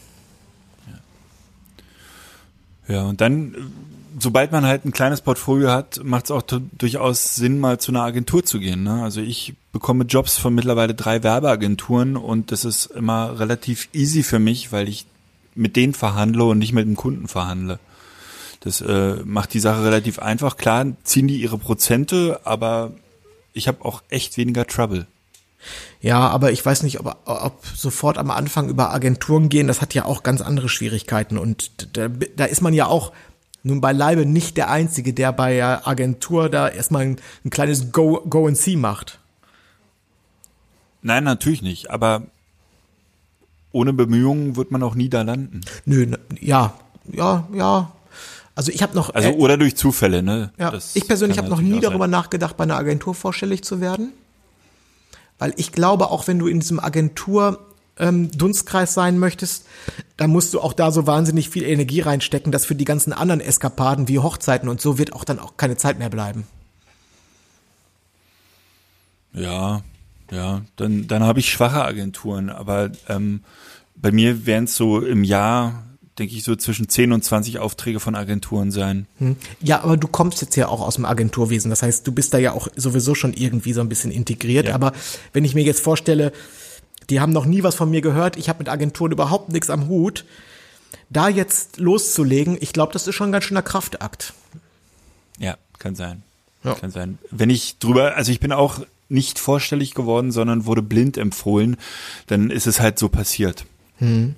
Ja, und dann, sobald man halt ein kleines Portfolio hat, macht es auch t- durchaus Sinn, mal zu einer Agentur zu gehen. Ne? Also ich bekomme Jobs von mittlerweile drei Werbeagenturen und das ist immer relativ easy für mich, weil ich mit denen verhandle und nicht mit dem Kunden verhandle. Das äh, macht die Sache relativ einfach. Klar ziehen die ihre Prozente, aber ich habe auch echt weniger Trouble. Ja, aber ich weiß nicht, ob, ob sofort am Anfang über Agenturen gehen, das hat ja auch ganz andere Schwierigkeiten und da, da ist man ja auch nun beileibe nicht der Einzige, der bei der Agentur da erstmal ein, ein kleines Go, Go and See macht. Nein, natürlich nicht, aber ohne Bemühungen wird man auch nie da landen. Nö, ja, ja, ja. Also ich habe noch... Also äh, oder durch Zufälle, ne? Ja, Das ich persönlich habe noch nie darüber sein. nachgedacht, bei einer Agentur vorstellig zu werden. Weil ich glaube, auch wenn du in diesem Agentur, ähm, Dunstkreis sein möchtest, dann musst du auch da so wahnsinnig viel Energie reinstecken, dass für die ganzen anderen Eskapaden wie Hochzeiten und so wird auch dann auch keine Zeit mehr bleiben. Ja, ja, dann, dann habe ich schwache Agenturen, aber ähm, bei mir wären es so im Jahr, denke ich, so zwischen zehn und zwanzig Aufträge von Agenturen sein. Hm. Ja, aber du kommst jetzt ja auch aus dem Agenturwesen, das heißt, du bist da ja auch sowieso schon irgendwie so ein bisschen integriert, ja. Aber wenn ich mir jetzt vorstelle, die haben noch nie was von mir gehört, ich habe mit Agenturen überhaupt nichts am Hut, da jetzt loszulegen, ich glaube, das ist schon ein ganz schöner Kraftakt. Ja, kann sein. Ja. Kann sein. Wenn ich drüber, also ich bin auch nicht vorstellig geworden, sondern wurde blind empfohlen, dann ist es halt so passiert. Hm.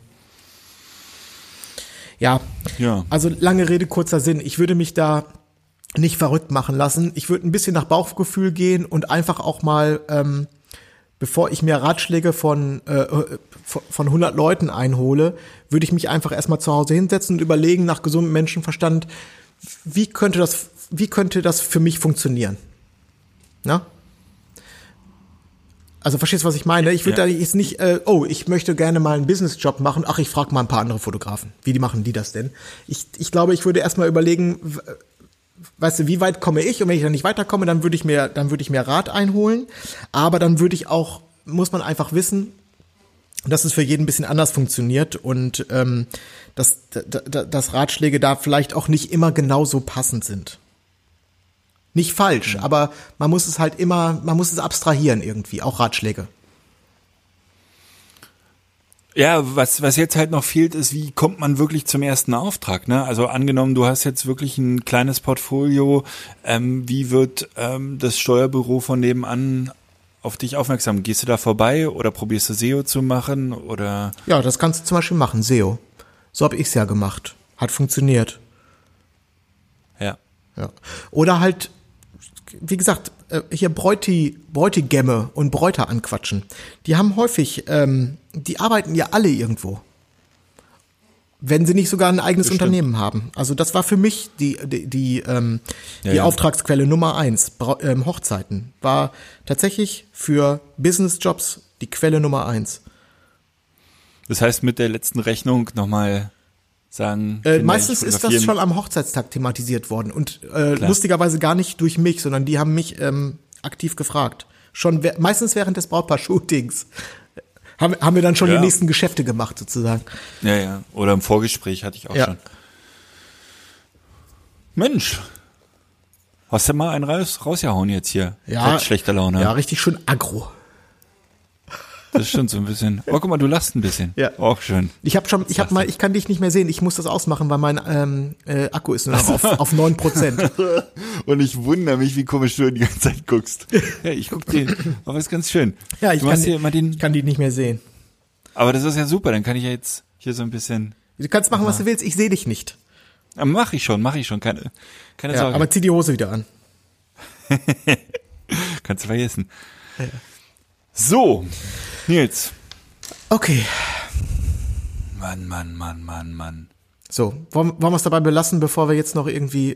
Ja. Ja, also lange Rede, kurzer Sinn. Ich würde mich da nicht verrückt machen lassen. Ich würde ein bisschen nach Bauchgefühl gehen und einfach auch mal, ähm, bevor ich mir Ratschläge von, äh, von hundert Leuten einhole, würde ich mich einfach erstmal zu Hause hinsetzen und überlegen nach gesundem Menschenverstand, wie könnte das, wie könnte das für mich funktionieren? Na? Also verstehst du, was ich meine? Ich würde ja. da jetzt nicht, äh, oh, ich möchte gerne mal einen Businessjob machen. Ach, ich frage mal ein paar andere Fotografen. Wie die machen die das denn? Ich, ich glaube, ich würde erstmal überlegen, weißt du, wie weit komme ich? Und wenn ich dann nicht weiterkomme, dann würde ich mir, dann würde ich mir Rat einholen. Aber dann würde ich auch, muss man einfach wissen, dass es für jeden ein bisschen anders funktioniert und ähm, dass, dass Ratschläge da vielleicht auch nicht immer genauso passend sind. Nicht falsch, mhm. aber man muss es halt immer, man muss es abstrahieren irgendwie, auch Ratschläge. Ja, was was jetzt halt noch fehlt, ist, wie kommt man wirklich zum ersten Auftrag, ne? Also angenommen, du hast jetzt wirklich ein kleines Portfolio, ähm, wie wird ähm, das Steuerbüro von nebenan auf dich aufmerksam? Gehst du da vorbei oder probierst du S E O zu machen oder? Ja, das kannst du zum Beispiel machen, S E O. So habe ich es ja gemacht. Hat funktioniert. Ja. Ja. Oder halt, wie gesagt, hier Bräuti, Bräutigämme und Bräuter anquatschen. Die haben häufig, ähm, die arbeiten ja alle irgendwo. Wenn sie nicht sogar ein eigenes Bestimmt. Unternehmen haben. Also das war für mich die, die, die, ähm, ja, die ja. Auftragsquelle Nummer eins. Bra- ähm, Hochzeiten war tatsächlich für Businessjobs die Quelle Nummer eins. Das heißt, mit der letzten Rechnung nochmal sagen. Äh, Kinder, meistens ich ist das fotografiere- schon am Hochzeitstag thematisiert worden und äh, Klar. lustigerweise gar nicht durch mich, sondern die haben mich ähm, aktiv gefragt. Schon we- meistens während des Brautpaar-Shootings haben, haben wir dann schon Ja. die nächsten Geschäfte gemacht sozusagen. Ja, ja. Oder im Vorgespräch hatte ich auch Ja. schon. Mensch, hast du mal einen raus, rausgehauen jetzt hier? Ja, Trotz schlechter Laune. Ja, richtig schön aggro. Das stimmt so ein bisschen. Oh, guck mal, du lachst ein bisschen. Ja. Auch schön. Ich habe schon, ich habe mal, ich kann dich nicht mehr sehen. Ich muss das ausmachen, weil mein ähm, äh, Akku ist nur noch auf, auf neun Prozent. Und ich wundere mich, wie komisch du die ganze Zeit guckst. Ja, ich guck dir, aber ist ganz schön. Ja, ich du kann, machst hier immer den, ich kann die nicht mehr sehen. aber das ist ja super, dann kann ich ja jetzt hier so ein bisschen, Du kannst machen, was du willst. Ich sehe dich nicht. ah, mach ich schon, mach ich schon, keine, keine Ja, Sorge. aber zieh die Hose wieder an. Kannst du vergessen. So, Nils. Okay. Mann, Mann, Mann, Mann, Mann. So, wollen, wollen wir es dabei belassen, bevor wir jetzt noch irgendwie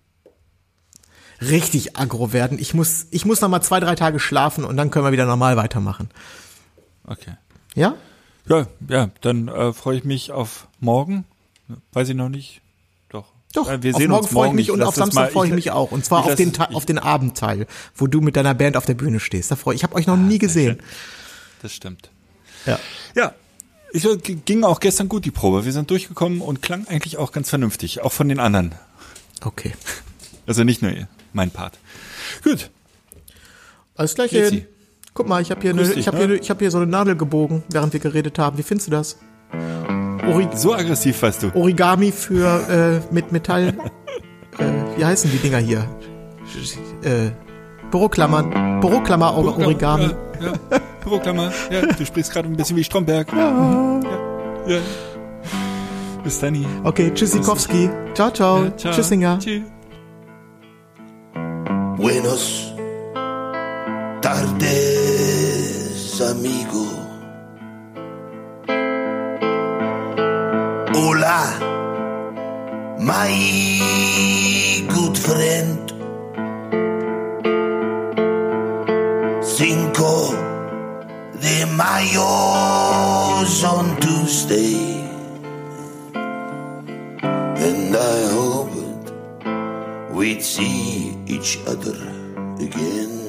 richtig aggro werden? Ich muss, ich muss noch mal zwei, drei Tage schlafen und dann können wir wieder normal weitermachen. Okay. Ja? Ja, ja, dann äh, freue ich mich auf morgen. Weiß ich noch nicht. Doch. Doch, Äh, wir auf sehen morgen uns freue ich morgen. mich und lass auf das Samstag mal- freue ich mich auch. Und zwar ich auf lass- den, Ta- ich- auf den Abendteil, wo du mit deiner Band auf der Bühne stehst. Da freue ich. Ich habe euch noch nie gesehen. Das stimmt. Ja. Ja, ich, g- ging auch gestern gut die Probe. Wir sind durchgekommen und klang eigentlich auch ganz vernünftig, auch von den anderen. Okay. Also nicht nur mein Part. Gut. Alles gleich Grüezi. hin. Guck mal, ich habe hier, Grüß eine, dich, ich hab ne? hier, ich hab hier so eine Nadel gebogen, während wir geredet haben. Wie findest du das? Ori- So aggressiv warst du. Origami für äh, mit Metall. äh, wie heißen die Dinger hier? Äh, Büroklammern. Büroklammer Or- Origami. Ja, ja. Büroklammer. Ja, du sprichst gerade ein bisschen wie Stromberg. Ja. Mhm. Ja. Ja. Bis dann. Okay, Tschüssikowski. Ciao, ciao. Ja, ciao. Tschüssinger. Tschüss. Buenos tardes, amigo. Hola, my good friend. Cinco de Mayo we'd see each other again.